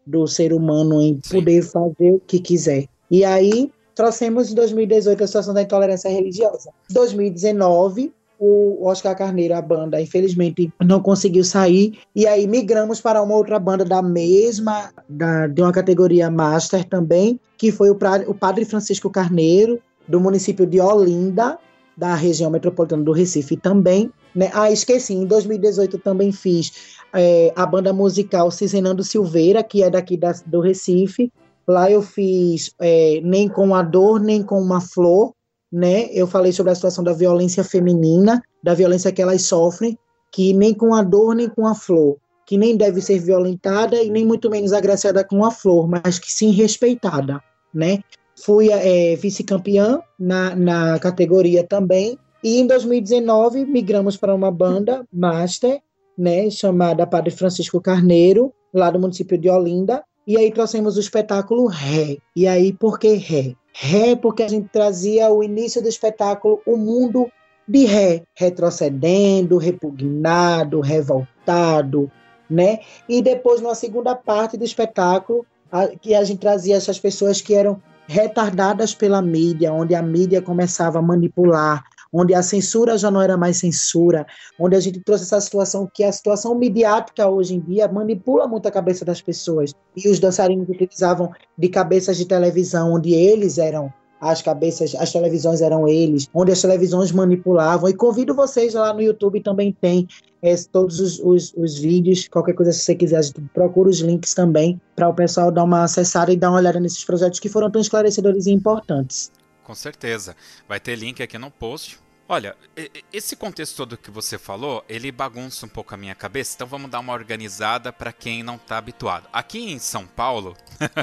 do ser humano em Sim. poder fazer o que quiser. E aí, trouxemos em dois mil e dezoito a situação da intolerância religiosa. Em dois mil e dezenove, o Oscar Carneiro, a banda, infelizmente, não conseguiu sair, e aí migramos para uma outra banda da mesma, da, de uma categoria Master também, que foi o, pra, o Padre Francisco Carneiro, do município de Olinda, da região metropolitana do Recife também. Né? Ah, esqueci, em dois mil e dezoito também fiz é, a banda musical Cizenando Silveira, que é daqui da, do Recife. Lá eu fiz é, Nem com a Dor, Nem com uma Flor, né? Eu falei sobre a situação da violência feminina, da violência que elas sofrem, que nem com a dor, nem com a flor, que nem deve ser violentada e nem muito menos agraciada com a flor, mas que sim respeitada, né? Fui é, vice-campeã na, na categoria também, e em dois mil e dezenove migramos para uma banda master, né, chamada Padre Francisco Carneiro, lá do município de Olinda, e aí trouxemos o espetáculo Ré. E aí, por que Ré? Ré porque a gente trazia o início do espetáculo, o mundo de Ré, retrocedendo, repugnado, revoltado, né? E depois, na segunda parte do espetáculo, a, que a gente trazia essas pessoas que eram retardadas pela mídia, onde a mídia começava a manipular, onde a censura já não era mais censura, onde a gente trouxe essa situação que a situação midiática hoje em dia manipula muito a cabeça das pessoas. E os dançarinos utilizavam de cabeças de televisão, onde eles eram as cabeças, as televisões eram eles, onde as televisões manipulavam. E convido vocês, lá no YouTube também tem é, todos os, os, os vídeos, qualquer coisa, se você quiser, a gente procura os links também, para o pessoal dar uma acessada e dar uma olhada nesses projetos que foram tão esclarecedores e importantes. Com certeza. Vai ter link aqui no post. Olha, esse contexto todo que você falou, ele bagunça um pouco a minha cabeça, então vamos dar uma organizada para quem não está habituado. Aqui em São Paulo,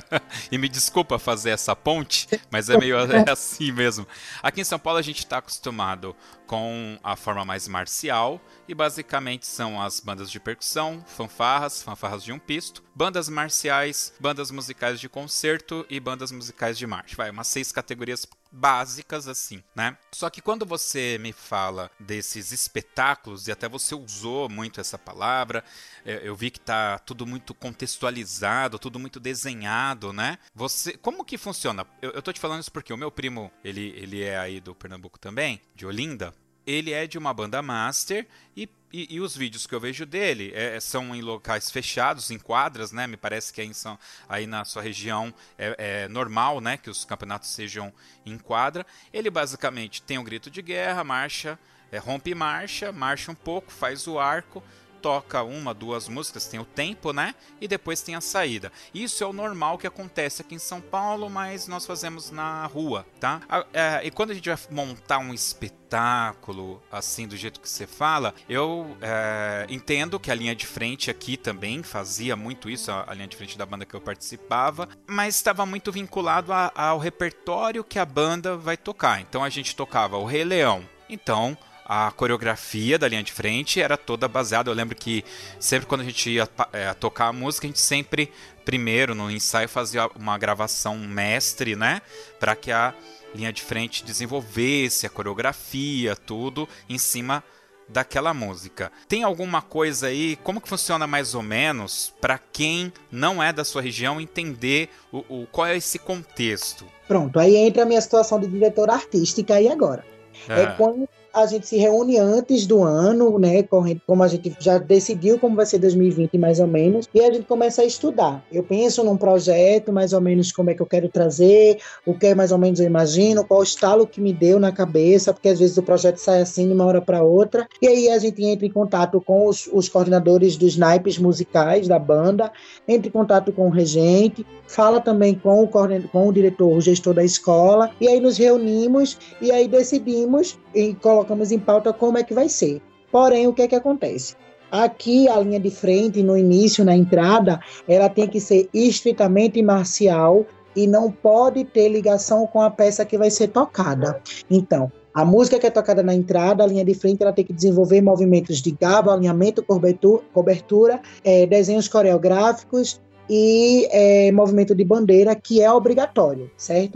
e me desculpa fazer essa ponte, mas é meio é assim mesmo. Aqui em São Paulo a gente está acostumado com a forma mais marcial, e basicamente são as bandas de percussão, fanfarras, fanfarras de um pisto, bandas marciais, bandas musicais de concerto e bandas musicais de marcha. Vai, umas seis categorias básicas assim, né? Só que quando você me fala desses espetáculos, e até você usou muito essa palavra, eu vi que tá tudo muito contextualizado, tudo muito desenhado, né? Você, como que funciona? Eu, eu tô te falando isso porque o meu primo, ele, ele é aí do Pernambuco também, de Olinda. Ele é de uma banda master e, e, e os vídeos que eu vejo dele é, são em locais fechados, em quadras, né? Me parece que aí, em São, aí na sua região é, é normal, né? Que os campeonatos sejam em quadra. Ele basicamente tem um grito de guerra, marcha, é, rompe marcha, marcha um pouco, faz o arco, toca uma, duas músicas, tem o tempo, né? E depois tem a saída. Isso é o normal que acontece aqui em São Paulo, mas nós fazemos na rua, tá? É, e quando a gente vai montar um espetáculo, assim, do jeito que você fala, eu é, entendo que a linha de frente aqui também fazia muito isso, a, a linha de frente da banda que eu participava, mas estava muito vinculado a, ao repertório que a banda vai tocar. Então a gente tocava o Rei Leão. Então a coreografia da linha de frente era toda baseada, eu lembro que sempre quando a gente ia é, tocar a música, a gente sempre, primeiro no ensaio, fazia uma gravação mestre, né? Para que a linha de frente desenvolvesse a coreografia, tudo em cima daquela música. Tem alguma coisa aí, como que funciona mais ou menos, para quem não é da sua região entender o, o, qual é esse contexto? Pronto, aí entra a minha situação de diretora artística aí agora. É, é quando a gente se reúne antes do ano, né, como a gente já decidiu como vai ser dois mil e vinte mais ou menos, e a gente começa a estudar. Eu penso num projeto, mais ou menos como é que eu quero trazer, o que mais ou menos eu imagino, qual o estalo que me deu na cabeça, porque às vezes o projeto sai assim de uma hora para outra, e aí a gente entra em contato com os, os coordenadores dos naipes musicais da banda, entra em contato com o regente, fala também com o, com o diretor, o gestor da escola, e aí nos reunimos e aí decidimos e colocamos em pauta como é que vai ser. Porém, o que é que acontece? Aqui, a linha de frente, no início, na entrada, ela tem que ser estritamente marcial e não pode ter ligação com a peça que vai ser tocada. Então, a música que é tocada na entrada, a linha de frente, ela tem que desenvolver movimentos de gabo, alinhamento, cobertura, cobertura é, desenhos coreográficos e é, movimento de bandeira, que é obrigatório, certo?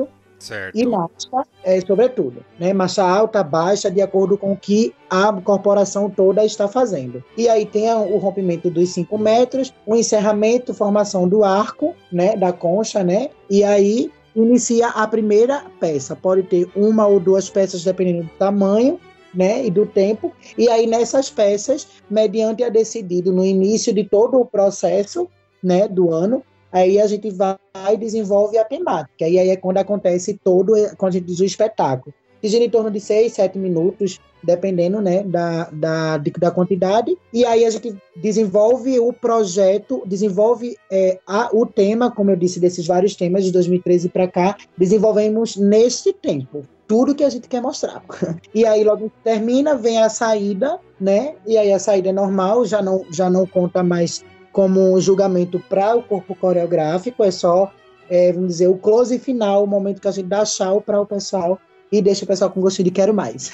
Certo. E marcha, é, sobretudo, né? Marcha alta, baixa, de acordo com o que a corporação toda está fazendo. E aí tem o rompimento dos cinco metros, o encerramento, formação do arco, né? Da concha, né? E aí inicia a primeira peça. Pode ter uma ou duas peças, dependendo do tamanho, né, e do tempo, e aí nessas peças, mediante é decidido no início de todo o processo, né, do ano, aí a gente vai e desenvolve a temática, e aí é quando acontece todo, quando a gente diz o espetáculo, que gira em torno de seis, sete minutos, dependendo, né, da, da, da quantidade, e aí a gente desenvolve o projeto, desenvolve é, a, o tema, como eu disse, desses vários temas, de dois mil e treze para cá, desenvolvemos neste tempo tudo que a gente quer mostrar. E aí logo termina, vem a saída, né? E aí a saída é normal, já não, já não conta mais como um julgamento para o corpo coreográfico, é só, é, vamos dizer, o close final, o momento que a gente dá tchau para o pessoal e deixa o pessoal com gostinho de quero mais.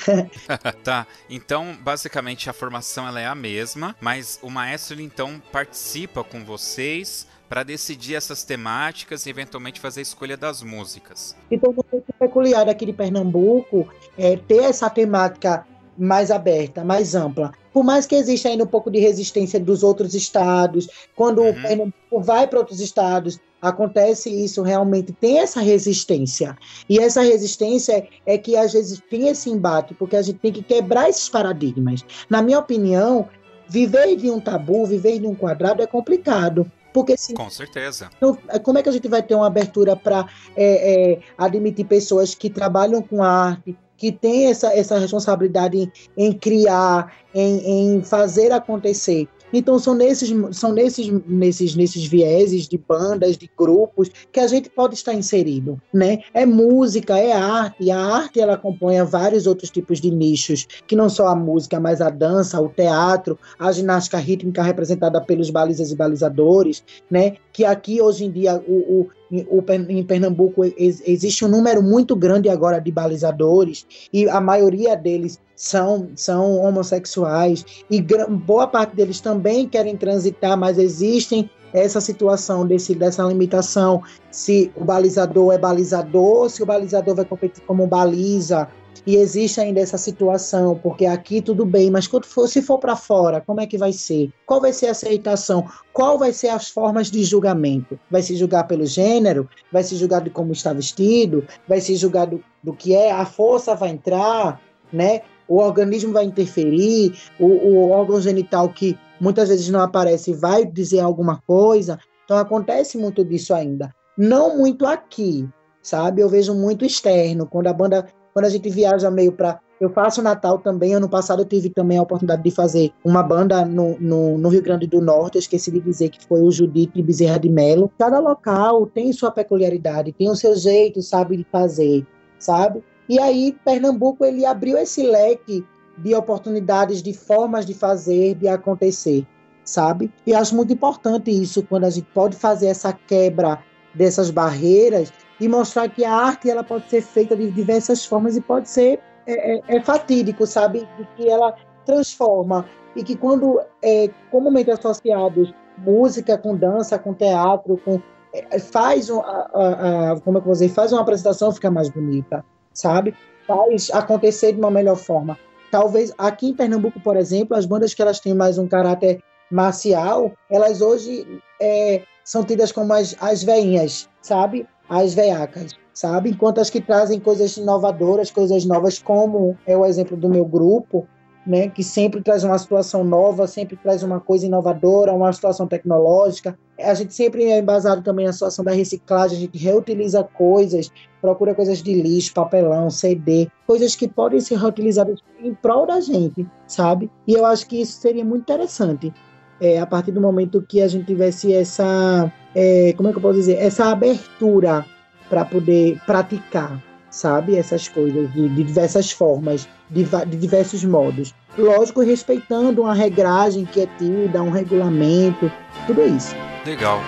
Tá, então basicamente a formação ela é a mesma, mas o maestro ele, então participa com vocês para decidir essas temáticas e eventualmente fazer a escolha das músicas. Então, o jeito peculiar aqui de Pernambuco é ter essa temática mais aberta, mais ampla. Por mais que exista ainda um pouco de resistência dos outros estados, quando uhum. o Pernambuco vai para outros estados, acontece isso realmente, tem essa resistência. E essa resistência é que às vezes tem esse embate, porque a gente tem que quebrar esses paradigmas. Na minha opinião, viver de um tabu, viver de um quadrado é complicado. Porque se, com certeza. Então, como é que a gente vai ter uma abertura para é, é, admitir pessoas que trabalham com arte, que têm essa, essa responsabilidade em, em criar, em, em fazer acontecer? Então são nesses, são nesses, nesses, nesses vieses de bandas, de grupos, que a gente pode estar inserido, né? É música, é arte, e a arte ela acompanha vários outros tipos de nichos, que não só a música, mas a dança, o teatro, a ginástica rítmica representada pelos balizas e balizadores, né? Que aqui hoje em dia o, o, o, em Pernambuco existe um número muito grande agora de balizadores, e a maioria deles São, são homossexuais, e boa parte deles também querem transitar, mas existem essa situação desse, dessa limitação, se o balizador é balizador, se o balizador vai competir como baliza, e existe ainda essa situação, porque aqui tudo bem, mas quando for, se for para fora, como é que vai ser? Qual vai ser a aceitação? Qual vai ser as formas de julgamento? Vai se julgar pelo gênero? Vai se julgar de como está vestido? Vai se julgar do, do que é? A força vai entrar, né? O organismo vai interferir, o, o órgão genital que muitas vezes não aparece vai dizer alguma coisa. Então acontece muito disso ainda. Não muito aqui, sabe? Eu vejo muito externo, quando a banda, quando a gente viaja meio para... Eu faço Natal também, ano passado eu tive também a oportunidade de fazer uma banda no, no, no Rio Grande do Norte, eu esqueci de dizer que foi o Judite de Bezerra de Melo. Cada local tem sua peculiaridade, tem o seu jeito, sabe, de fazer, sabe? E aí, Pernambuco, ele abriu esse leque de oportunidades, de formas de fazer, de acontecer, sabe? E acho muito importante isso, quando a gente pode fazer essa quebra dessas barreiras e mostrar que a arte ela pode ser feita de diversas formas e pode ser é, é, é fatídico, sabe? E que ela transforma. E que quando é comumente associados música com dança, com teatro, com, é, faz, um, a, a, a, como é que eu vou dizer? Faz uma apresentação ficar mais bonita, sabe? Faz acontecer de uma melhor forma. Talvez aqui em Pernambuco, por exemplo, as bandas que elas têm mais um caráter marcial, elas hoje é, são tidas como as, as veinhas, sabe? As veiacas, sabe? Enquanto as que trazem coisas inovadoras, coisas novas, como é o exemplo do meu grupo, né? Que sempre traz uma situação nova, sempre traz uma coisa inovadora, uma situação tecnológica. A gente sempre é embasado também na situação da reciclagem, a gente reutiliza coisas, procura coisas de lixo, papelão, C D, coisas que podem ser reutilizadas em prol da gente, sabe? E eu acho que isso seria muito interessante, é, a partir do momento que a gente tivesse essa, é, como é que eu posso dizer, essa abertura para poder praticar, sabe? Essas coisas de, de diversas formas, de, de diversos modos. Lógico, respeitando uma regragem que é tida, um regulamento, tudo isso. Legal.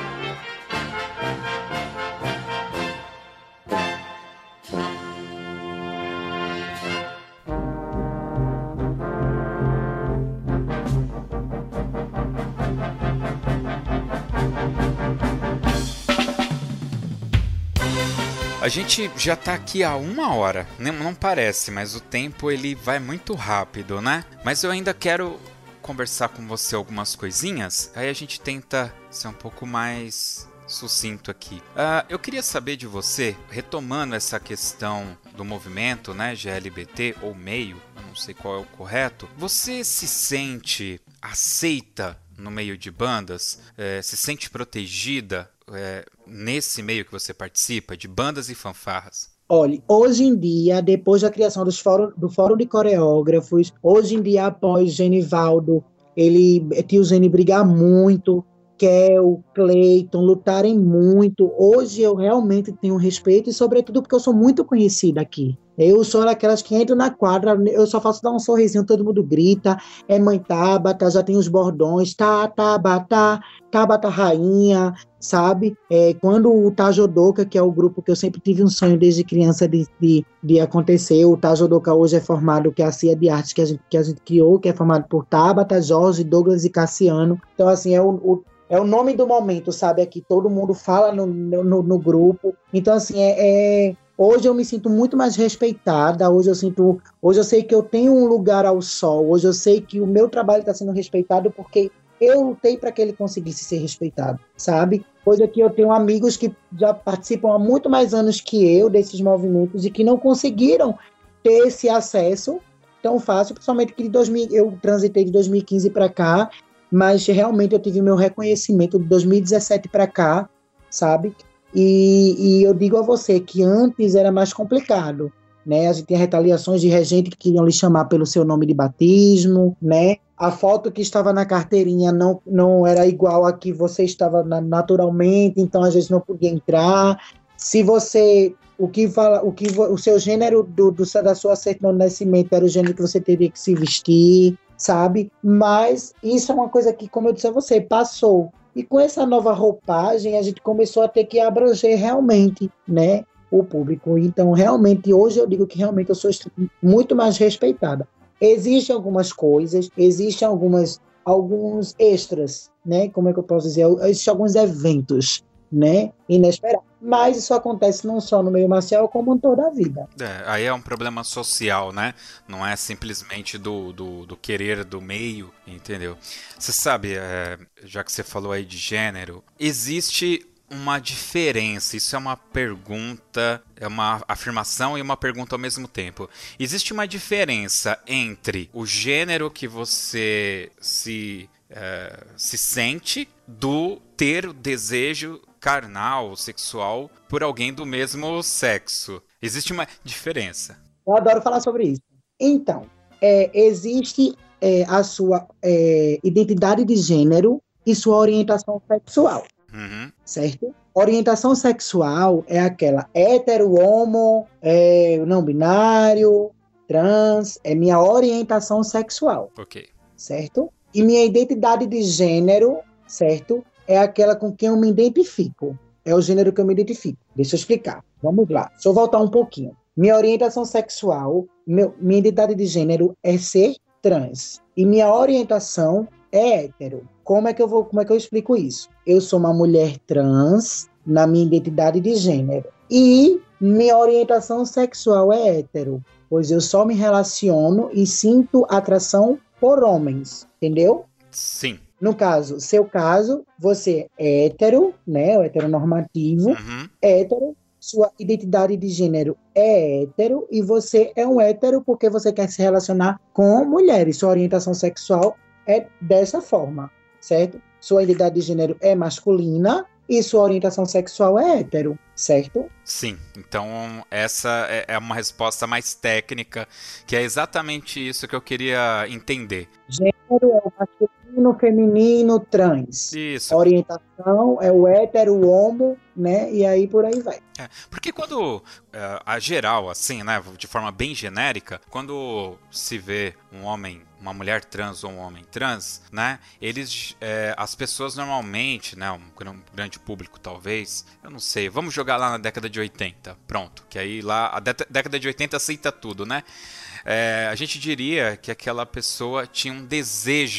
A gente já tá aqui há uma hora, não, não parece, mas o tempo ele vai muito rápido, né? Mas eu ainda quero conversar com você algumas coisinhas, aí a gente tenta ser um pouco mais sucinto aqui. Uh, eu queria saber de você, retomando essa questão do movimento, né, G L B T ou meio, eu não sei qual é o correto, você se sente aceita no meio de bandas? É, se sente protegida é, nesse meio que você participa, de bandas e fanfarras? Olha, hoje em dia, depois da criação dos fórum, do Fórum de Coreógrafos, hoje em dia, após Genivaldo, ele, tio Geni brigar muito, Kel, Cleiton, lutarem muito, hoje eu realmente tenho respeito, e sobretudo porque eu sou muito conhecida aqui. Eu sou daquelas que entram na quadra, eu só faço dar um sorrisinho, todo mundo grita, é mãe Tabata, já tem os bordões, tá, Tabata, Tabata rainha, sabe? É, quando o Tajodoka, que é o grupo que eu sempre tive um sonho desde criança de, de, de acontecer, o Tajodoka hoje é formado, que é a C I A de Arte que a gente, que a gente criou, que é formado por Tabata, Jorge, Douglas e Cassiano. Então, assim, é o, o É o nome do momento, sabe? Aqui todo mundo fala no, no, no grupo. Então, assim, é, é, hoje eu me sinto muito mais respeitada. Hoje eu sinto, hoje eu sei que eu tenho um lugar ao sol. Hoje eu sei que o meu trabalho está sendo respeitado porque eu lutei para que ele conseguisse ser respeitado, sabe? Hoje aqui eu tenho amigos que já participam há muito mais anos que eu desses movimentos e que não conseguiram ter esse acesso tão fácil, principalmente que de dois mil, eu transitei de dois mil e quinze para cá. Mas realmente eu tive meu reconhecimento de dois mil e dezessete para cá, sabe? E, e eu digo a você que antes era mais complicado, né? A gente tinha retaliações de regente que queriam lhe chamar pelo seu nome de batismo, né? A foto que estava na carteirinha não, não era igual a que você estava na, naturalmente, então às vezes não podia entrar. Se você... O que fala, o, que, o seu gênero do, do, da sua certidão de nascimento era o gênero que você teria que se vestir, sabe? Mas isso é uma coisa que, como eu disse a você, passou. E com essa nova roupagem, a gente começou a ter que abranger realmente, né, o público. Então, realmente, hoje eu digo que realmente eu sou muito mais respeitada. Existem algumas coisas, existem algumas, alguns extras, né? Como é que eu posso dizer? Existem alguns eventos, né, inesperados. Mas isso acontece não só no meio marcial, como em toda a vida. É, aí é um problema social, né? Não é simplesmente do, do, do querer do meio, entendeu? Você sabe, é, já que você falou aí de gênero, existe uma diferença, isso é uma pergunta, é uma afirmação e uma pergunta ao mesmo tempo. Existe uma diferença entre o gênero que você se, é, se sente do ter o desejo carnal, sexual, por alguém do mesmo sexo. Existe uma diferença. Eu adoro falar sobre isso. Então, é, existe é, a sua é, identidade de gênero e sua orientação sexual. Uhum. Certo? Orientação sexual é aquela hétero, homo, é, não binário, trans, é minha orientação sexual. Ok. Certo? E minha identidade de gênero, certo? É aquela com quem eu me identifico. É o gênero que eu me identifico. Deixa eu explicar. Vamos lá. Deixa eu voltar um pouquinho. Minha orientação sexual, meu, minha identidade de gênero é ser trans. E minha orientação é hétero. Como é que eu vou, como é que eu explico isso? Eu sou uma mulher trans na minha identidade de gênero. E minha orientação sexual é hétero. Pois eu só me relaciono e sinto atração por homens. Entendeu? Sim. No caso, seu caso, você é hétero, né, o heteronormativo, uhum. hétero, sua identidade de gênero é hétero, e você é um hétero porque você quer se relacionar com mulheres. Sua orientação sexual é dessa forma, certo? Sua identidade de gênero é masculina e sua orientação sexual é hétero, certo? Sim, então essa é uma resposta mais técnica, que é exatamente isso que eu queria entender. Gênero é o masculino, feminino, trans. Isso. Orientação é o hétero, o homo, né? E aí por aí vai. É, porque quando, uh, a geral, assim, né, de forma bem genérica, quando se vê um homem, uma mulher trans ou um homem trans, né, eles, é, as pessoas normalmente, né, um grande público talvez, eu não sei, vamos jogar lá na década de oitenta, pronto, que aí lá, a década de oitenta aceita tudo, né? É, a gente diria que aquela pessoa tinha um desejo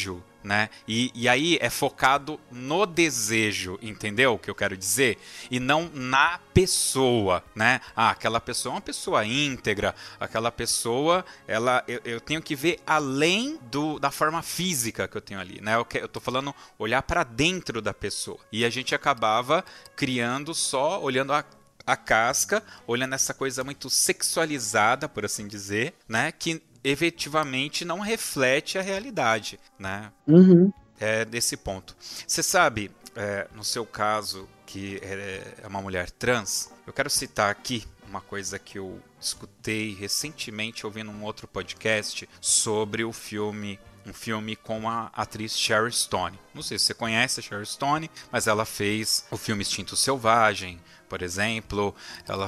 né? E, e aí é focado no desejo, entendeu o que eu quero dizer? E não na pessoa, né? Ah, aquela pessoa é uma pessoa íntegra, aquela pessoa, ela, eu, eu tenho que ver além do, da forma física que eu tenho ali, né? Eu, que, eu tô falando olhar para dentro da pessoa. E a gente acabava criando só, olhando a a casca, olhando essa coisa muito sexualizada, por assim dizer, né? Que efetivamente não reflete a realidade, né? Uhum. É desse ponto. Você sabe, é, no seu caso, que é uma mulher trans, eu quero citar aqui uma coisa que eu escutei recentemente ouvindo um outro podcast sobre o filme um filme com a atriz Sharon Stone. Não sei se você conhece a Sharon Stone, mas ela fez o filme Instinto Selvagem, por exemplo. Ela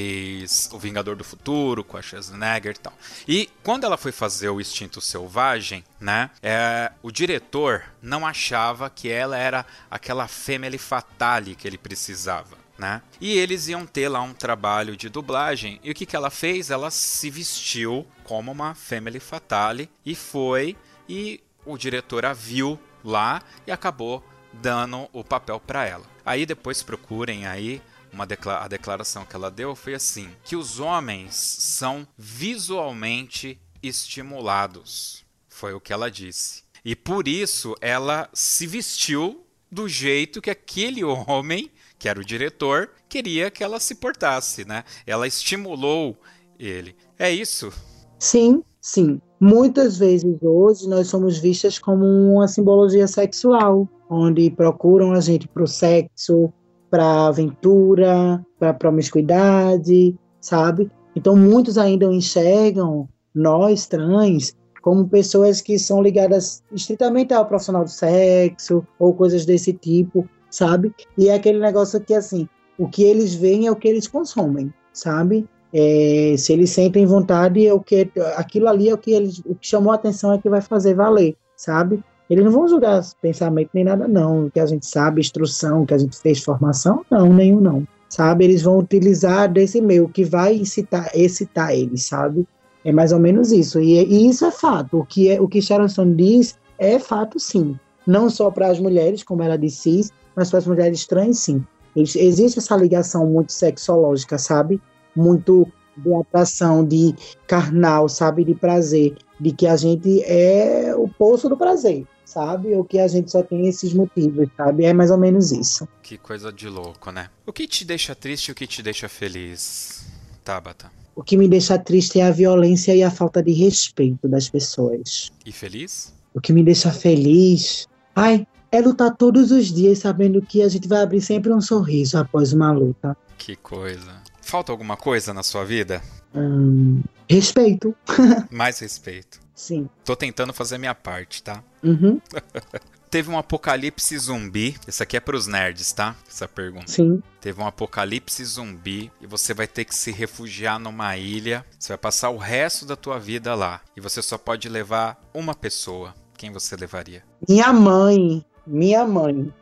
fez O Vingador do Futuro com a Schwarzenegger e tal. E quando ela foi fazer o Instinto Selvagem, né, é, o diretor não achava que ela era aquela femme fatale que ele precisava. Né? E eles iam ter lá um trabalho de dublagem. E o que, que ela fez? Ela se vestiu como uma femme fatale e foi... E o diretor a viu lá e acabou dando o papel para ela. Aí depois procurem aí, uma decla- a declaração que ela deu foi assim, que os homens são visualmente estimulados. Foi o que ela disse. E por isso ela se vestiu do jeito que aquele homem, que era o diretor, queria que ela se portasse, né? Ela estimulou ele. É isso? Sim, sim. Muitas vezes hoje nós somos vistas como uma simbologia sexual, onde procuram a gente para o sexo, para a aventura, para a promiscuidade, sabe? Então muitos ainda enxergam nós, trans, como pessoas que são ligadas estritamente ao profissional do sexo ou coisas desse tipo, sabe? E é aquele negócio que, assim, o que eles veem é o que eles consomem, sabe? É, se eles sentem vontade, é o que, aquilo ali é o que, eles, o que chamou a atenção é que vai fazer valer, sabe? Eles não vão julgar pensamento nem nada, não. O que a gente sabe, instrução, o que a gente fez, formação, não, nenhum não, sabe? Eles vão utilizar desse meio que vai incitar, excitar eles, sabe? É mais ou menos isso. E, e isso é fato. O que, é, o que Sharon Stone diz é fato, sim. Não só para as mulheres, como ela disse, mas para as mulheres trans, sim. Existe essa ligação muito sexológica, sabe? Muito de atração, de carnal, sabe? De prazer. De que a gente é o poço do prazer, sabe? Ou que a gente só tem esses motivos, sabe? É mais ou menos isso. Que coisa de louco, né? O que te deixa triste e o que te deixa feliz, Tabata? O que me deixa triste é a violência e a falta de respeito das pessoas. E feliz? O que me deixa feliz... Ai, é lutar todos os dias sabendo que a gente vai abrir sempre um sorriso após uma luta. Que coisa. Falta alguma coisa na sua vida? Hum, respeito. Mais respeito. Sim. Tô tentando fazer a minha parte, tá? Uhum. Teve um apocalipse zumbi. Isso aqui é pros nerds, tá? Essa pergunta. Sim. Teve um apocalipse zumbi e você vai ter que se refugiar numa ilha. Você vai passar o resto da tua vida lá. E você só pode levar uma pessoa. Quem você levaria? Minha mãe. Minha mãe.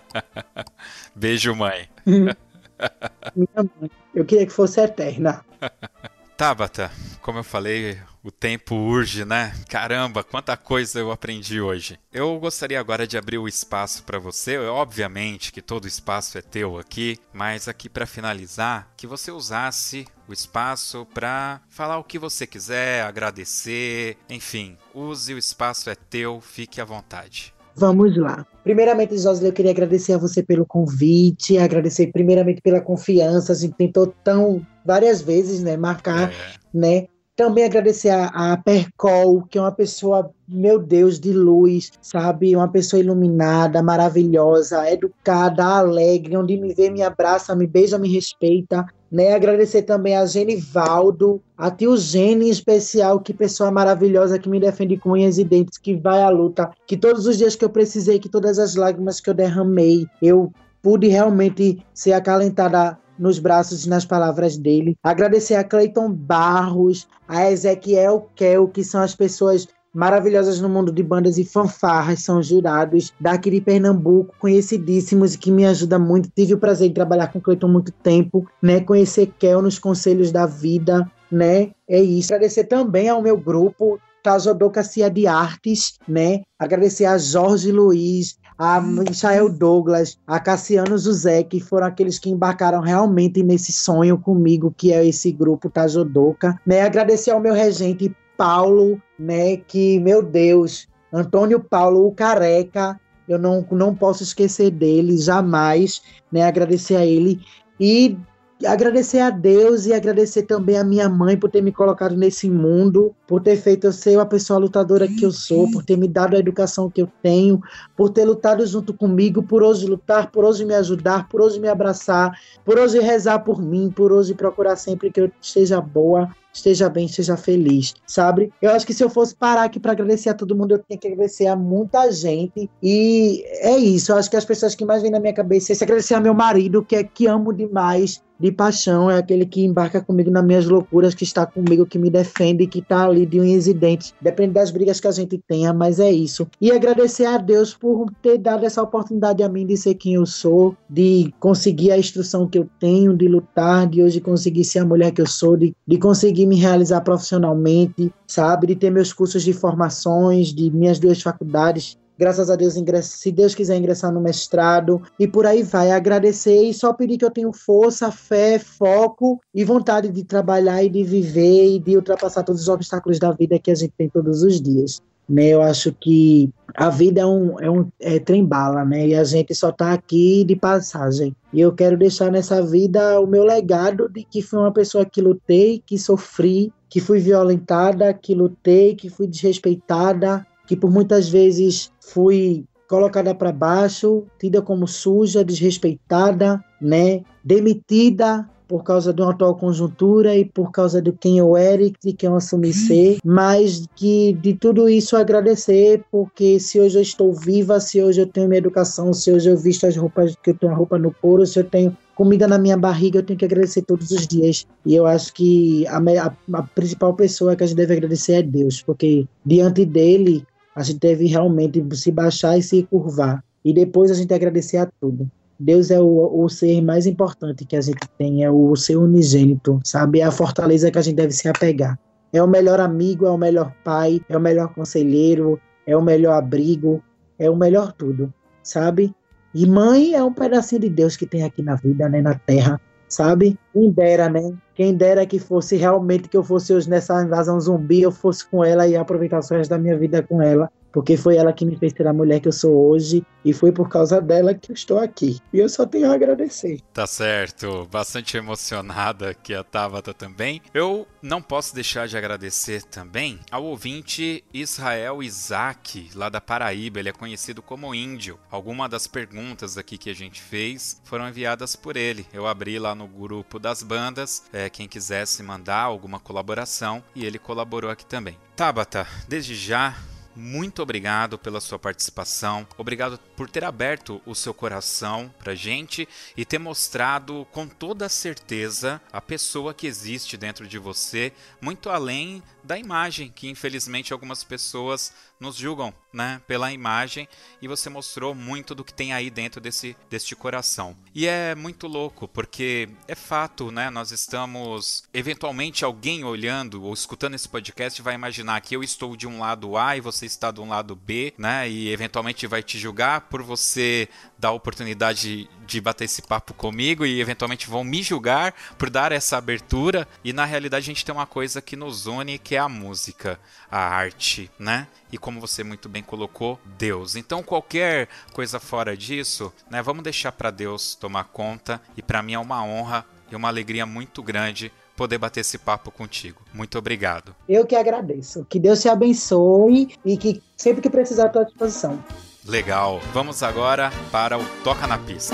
Beijo, mãe. Minha mãe. Eu queria que fosse eterna. Tabata, como eu falei, o tempo urge, né? Caramba, quanta coisa eu aprendi hoje. Eu gostaria agora de abrir o espaço para você. Obviamente que todo espaço é teu aqui, mas aqui para finalizar, que você usasse o espaço para falar o que você quiser, agradecer, enfim, use o espaço é teu, fique à vontade. Vamos lá. Primeiramente, Josley, eu queria agradecer a você pelo convite, agradecer primeiramente pela confiança. A gente tentou tão várias vezes, né, marcar, é. né? Também agradecer a, a Percol, que é uma pessoa, meu Deus, de luz, sabe? Uma pessoa iluminada, maravilhosa, educada, alegre, onde me vê, me abraça, me beija, me respeita. Né? Agradecer também a Genivaldo, a tio Gene em especial, que pessoa maravilhosa que me defende com unhas e dentes, que vai à luta, que todos os dias que eu precisei, que todas as lágrimas que eu derramei, eu pude realmente ser acalentada nos braços e nas palavras dele. Agradecer a Cleiton Barros, a Ezequiel Kel, que são as pessoas maravilhosas no mundo de bandas e fanfarras, são jurados daqui de Pernambuco, conhecidíssimos e que me ajudam muito. Tive o prazer de trabalhar com o Cleiton há muito tempo, né? Conhecer Kel nos conselhos da vida, né? É isso. Agradecer também ao meu grupo, Tajodoka Cia de Artes, né? Agradecer a Jorge Luiz, a Michael Douglas, a Cassiano José, que foram aqueles que embarcaram realmente nesse sonho comigo, que é esse grupo Tajodoka, né? Agradecer ao meu regente Paulo, né? Que, meu Deus, Antônio Paulo, o Careca, eu não, não posso esquecer dele, jamais, né? Agradecer a ele e agradecer a Deus e agradecer também a minha mãe por ter me colocado nesse mundo, por ter feito eu ser uma pessoa lutadora que eu sou, por ter me dado a educação que eu tenho, por ter lutado junto comigo, por hoje lutar, por hoje me ajudar, por hoje me abraçar, por hoje rezar por mim, por hoje procurar sempre que eu esteja boa, esteja bem, esteja feliz, sabe? Eu acho que se eu fosse parar aqui para agradecer a todo mundo, eu tinha que agradecer a muita gente, e é isso. Eu acho que as pessoas que mais vêm na minha cabeça é se agradecer a meu marido, que é que amo demais, de paixão, é aquele que embarca comigo nas minhas loucuras, que está comigo, que me defende, que está ali de unhas e dentes, depende das brigas que a gente tenha, mas é isso. E agradecer a Deus por ter dado essa oportunidade a mim de ser quem eu sou, de conseguir a instrução que eu tenho, de lutar, de hoje conseguir ser a mulher que eu sou, de, de conseguir me realizar profissionalmente, sabe, de ter meus cursos de formações, de minhas duas faculdades. Graças a Deus, se Deus quiser ingressar no mestrado, e por aí vai. Agradecer e só pedir que eu tenha força, fé, foco e vontade de trabalhar e de viver e de ultrapassar todos os obstáculos da vida que a gente tem todos os dias. Né? Eu acho que a vida é um, é um é trem-bala, né? E a gente só está aqui de passagem. E eu quero deixar nessa vida o meu legado de que fui uma pessoa que lutei, que sofri, que fui violentada, que lutei, que fui desrespeitada, que por muitas vezes fui colocada para baixo, tida como suja, desrespeitada, né, demitida por causa de uma atual conjuntura e por causa de quem eu era e de quem eu assumi ser, mas que de tudo isso agradecer, porque se hoje eu estou viva, se hoje eu tenho minha educação, se hoje eu visto as roupas, que eu tenho a roupa no couro, se eu tenho comida na minha barriga, eu tenho que agradecer todos os dias. E eu acho que a, a, a principal pessoa que a gente deve agradecer é Deus, porque diante dele a gente deve realmente se baixar e se curvar. E depois a gente agradecer a tudo. Deus é o, o ser mais importante que a gente tem, é o ser unigênito, sabe? É a fortaleza que a gente deve se apegar. É o melhor amigo, é o melhor pai, é o melhor conselheiro, é o melhor abrigo, é o melhor tudo, sabe? E mãe é um pedacinho de Deus que tem aqui na vida, né, na terra, sabe? Quem dera, né? Quem dera que fosse realmente, que eu fosse hoje nessa invasão zumbi, eu fosse com ela e aproveitar os restos da minha vida com ela. Porque foi ela que me fez ser a mulher que eu sou hoje e foi por causa dela que eu estou aqui. E eu só tenho a agradecer. Tá certo, bastante emocionada aqui a Tabata também. Eu não posso deixar de agradecer também ao ouvinte Israel Isaac, lá da Paraíba. Ele é conhecido como Índio. Algumas das perguntas aqui que a gente fez foram enviadas por ele. Eu abri lá no grupo das bandas, é, quem quisesse mandar alguma colaboração, e ele colaborou aqui também. Tabata, desde já, muito obrigado pela sua participação, obrigado por ter aberto o seu coração pra gente e ter mostrado com toda certeza a pessoa que existe dentro de você, muito além da imagem, que infelizmente algumas pessoas nos julgam, né, pela imagem, e você mostrou muito do que tem aí dentro desse, deste coração. E é muito louco, porque é fato, né, nós estamos, eventualmente alguém olhando ou escutando esse podcast vai imaginar que eu estou de um lado A e você está de um lado B, né, e eventualmente vai te julgar por você dar a oportunidade de bater esse papo comigo e eventualmente vão me julgar por dar essa abertura, e na realidade a gente tem uma coisa que nos une, que é a música, a arte, né? E como você muito bem colocou, Deus. Então qualquer coisa fora disso, né, vamos deixar para Deus tomar conta, e para mim é uma honra e uma alegria muito grande poder bater esse papo contigo. Muito obrigado. Eu que agradeço. Que Deus te abençoe e que sempre que precisar estou à disposição. Legal. Vamos agora para o Toca na Pista.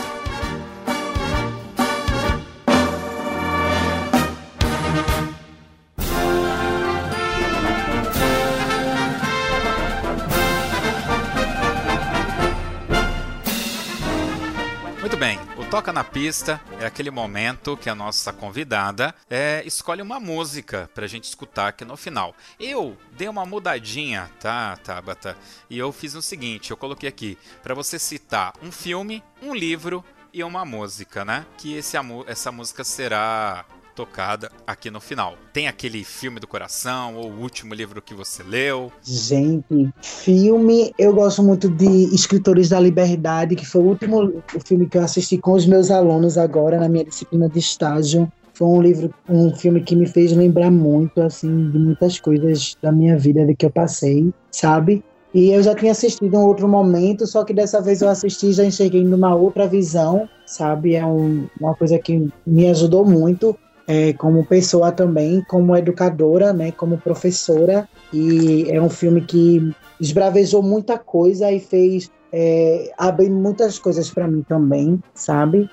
Muito bem, o Toca na Pista é aquele momento que a nossa convidada é, escolhe uma música pra gente escutar aqui no final. Eu dei uma mudadinha, tá, Tabata? E eu fiz o seguinte, eu coloquei aqui pra você citar um filme, um livro e uma música, né? Que esse, essa música será tocada aqui no final. Tem aquele filme do coração ou o último livro que você leu? Gente, filme, eu gosto muito de Escritores da Liberdade, que foi o último o filme que eu assisti com os meus alunos agora na minha disciplina de estágio. Foi um livro, um filme que me fez lembrar muito, assim, de muitas coisas da minha vida, de que eu passei, sabe? E eu já tinha assistido em outro momento, só que dessa vez eu assisti e já enxerguei numa outra visão, sabe? É um, uma coisa que me ajudou muito, é, como pessoa também, como educadora, né? Como professora. E é um filme que esbravejou muita coisa e fez é, abrir muitas coisas para mim também, sabe?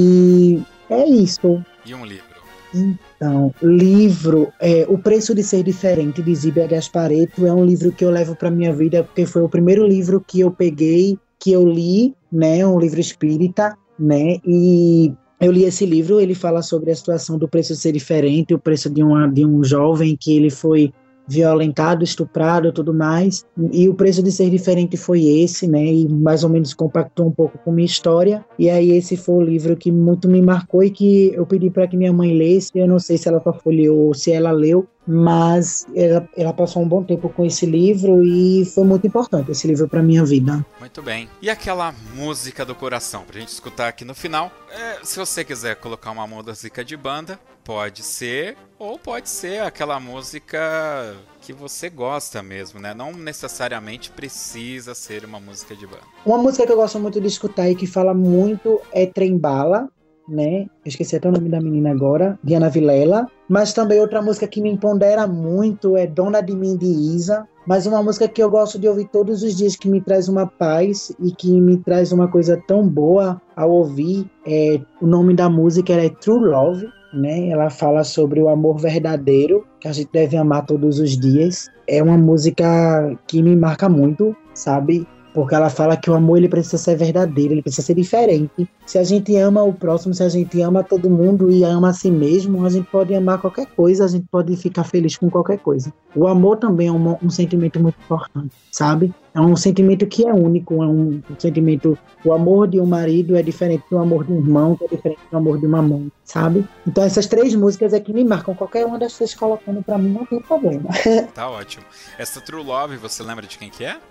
E é isso. E um livro? Então, livro, é, O Preço de Ser Diferente, de Zíbia Gasparetto, é um livro que eu levo para minha vida, porque foi o primeiro livro que eu peguei, que eu li, né, um livro espírita, né, e eu li esse livro, ele fala sobre a situação do preço de ser diferente, o preço de, uma, de um jovem que ele foi violentado, estuprado e tudo mais, e o preço de ser diferente foi esse, né, e mais ou menos compactou um pouco com minha história, e aí esse foi o livro que muito me marcou e que eu pedi para que minha mãe lesse. Eu não sei se ela só folheou ou se ela leu, mas ela, ela passou um bom tempo com esse livro e foi muito importante esse livro para minha vida. Muito bem. E aquela música do coração, pra gente escutar aqui no final? É, se você quiser colocar uma música de banda, pode ser, ou pode ser aquela música que você gosta mesmo, né? Não necessariamente precisa ser uma música de banda. Uma música que eu gosto muito de escutar e que fala muito é Trembala, né? Eu esqueci até o nome da menina agora, Diana Vilela. Mas também outra música que me empodera muito é Dona de Mim, de Isa. Mas uma música que eu gosto de ouvir todos os dias, que me traz uma paz e que me traz uma coisa tão boa ao ouvir, é, o nome da música é True Love, né? Ela fala sobre o amor verdadeiro, que a gente deve amar todos os dias. É uma música que me marca muito, sabe? Porque ela fala que o amor ele precisa ser verdadeiro, ele precisa ser diferente. Se a gente ama o próximo, se a gente ama todo mundo e ama a si mesmo, a gente pode amar qualquer coisa, a gente pode ficar feliz com qualquer coisa. O amor também é um, um sentimento muito importante, sabe? É um sentimento que é único, é um, um sentimento... O amor de um marido é diferente do amor de um irmão, que é diferente do amor de uma mãe, sabe? Então essas três músicas aqui me marcam. Qualquer uma das três colocando pra mim não tem problema. Tá ótimo. Essa True Love, você lembra de quem que é?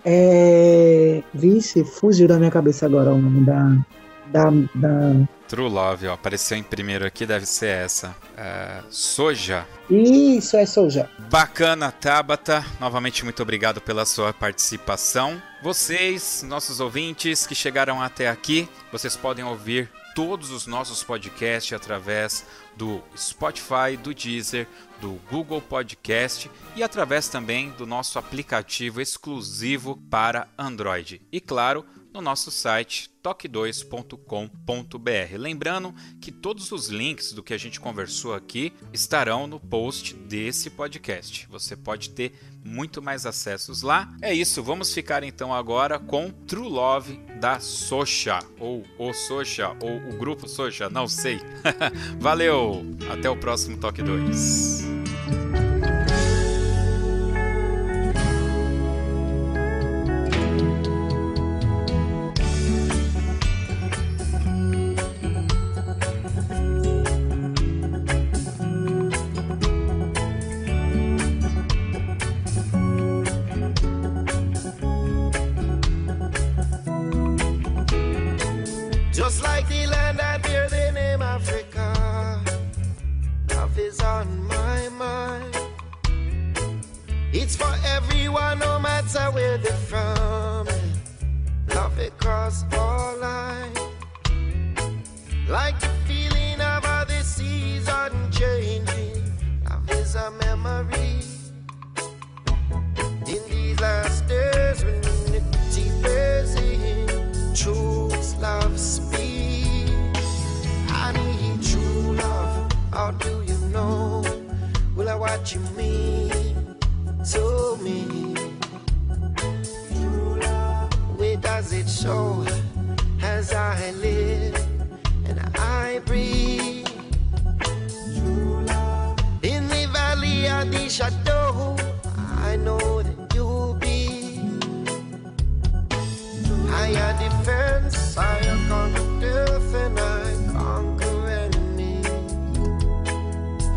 É... Vixe, fugiu da minha cabeça agora o nome da... da, da... True Love, ó, apareceu em primeiro aqui, deve ser essa. É, Soja. Isso, é Soja. Bacana, Tabata. Novamente, muito obrigado pela sua participação. Vocês, nossos ouvintes que chegaram até aqui, vocês podem ouvir todos os nossos podcasts através do Spotify, do Deezer, do Google Podcast e através também do nosso aplicativo exclusivo para Android. E claro, no nosso site toque dois ponto com ponto b r. Lembrando que todos os links do que a gente conversou aqui estarão no post desse podcast. Você pode ter muito mais acessos lá. É isso, vamos ficar então agora com True Love da Soja, ou o Soja, ou o grupo Soja, não sei. Valeu, até o próximo Toque dois. Just like the land that bear the name Africa, love is on my mind. It's for everyone, no matter where they're from. Love across all lines. Like the feeling of how the seas are changing. Love is a memory. In these last days when unity bears in, truth love speaks. I need true love. How do you know? Will I what you mean to me? True love. Where does it show? As I live and I breathe. True love. In the valley of the shadow, I know that you'll be higher defense, higher conquer death, and I conquer enemy.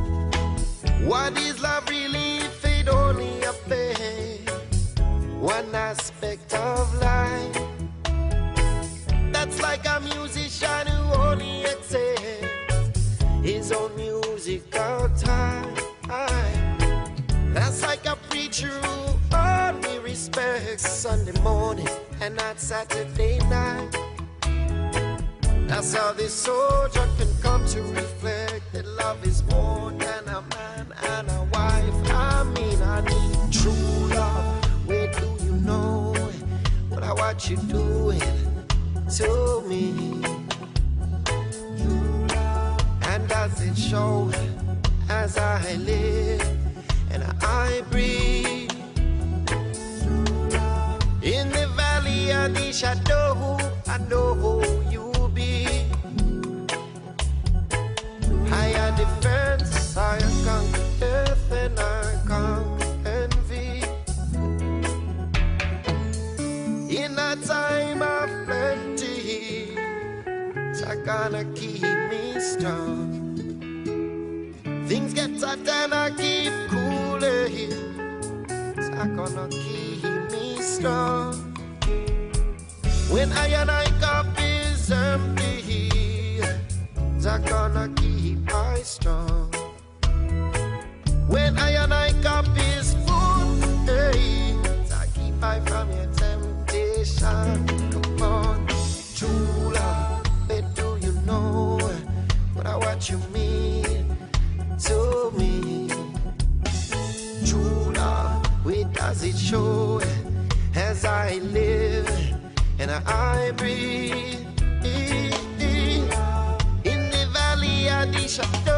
Why does love really fade only a bit? One aspect of life. That's like a musician who only accepts his own musical time. That's like a preacher who only respects Sunday morning and not Saturday night. That's how this soldier can come to reflect that love is more than a man and a wife. I mean, I need true love. Where do you know what I what you doing to me? And does it show as I live and I breathe? In the valley of the shadow, I know who you be. Higher defense, I conquer death and I conquer envy. In a time of plenty, it's gonna keep me strong. Things get hot and I keep cooling, it's gonna keep me strong. When I and I cup is empty, it's gonna keep I strong. When I and I cup is full, hey, it's keep I from your temptation. Come on, true love, but do you know what I what you mean to me? True love, where does it show as I live and I breathe? In the valley of the shadow,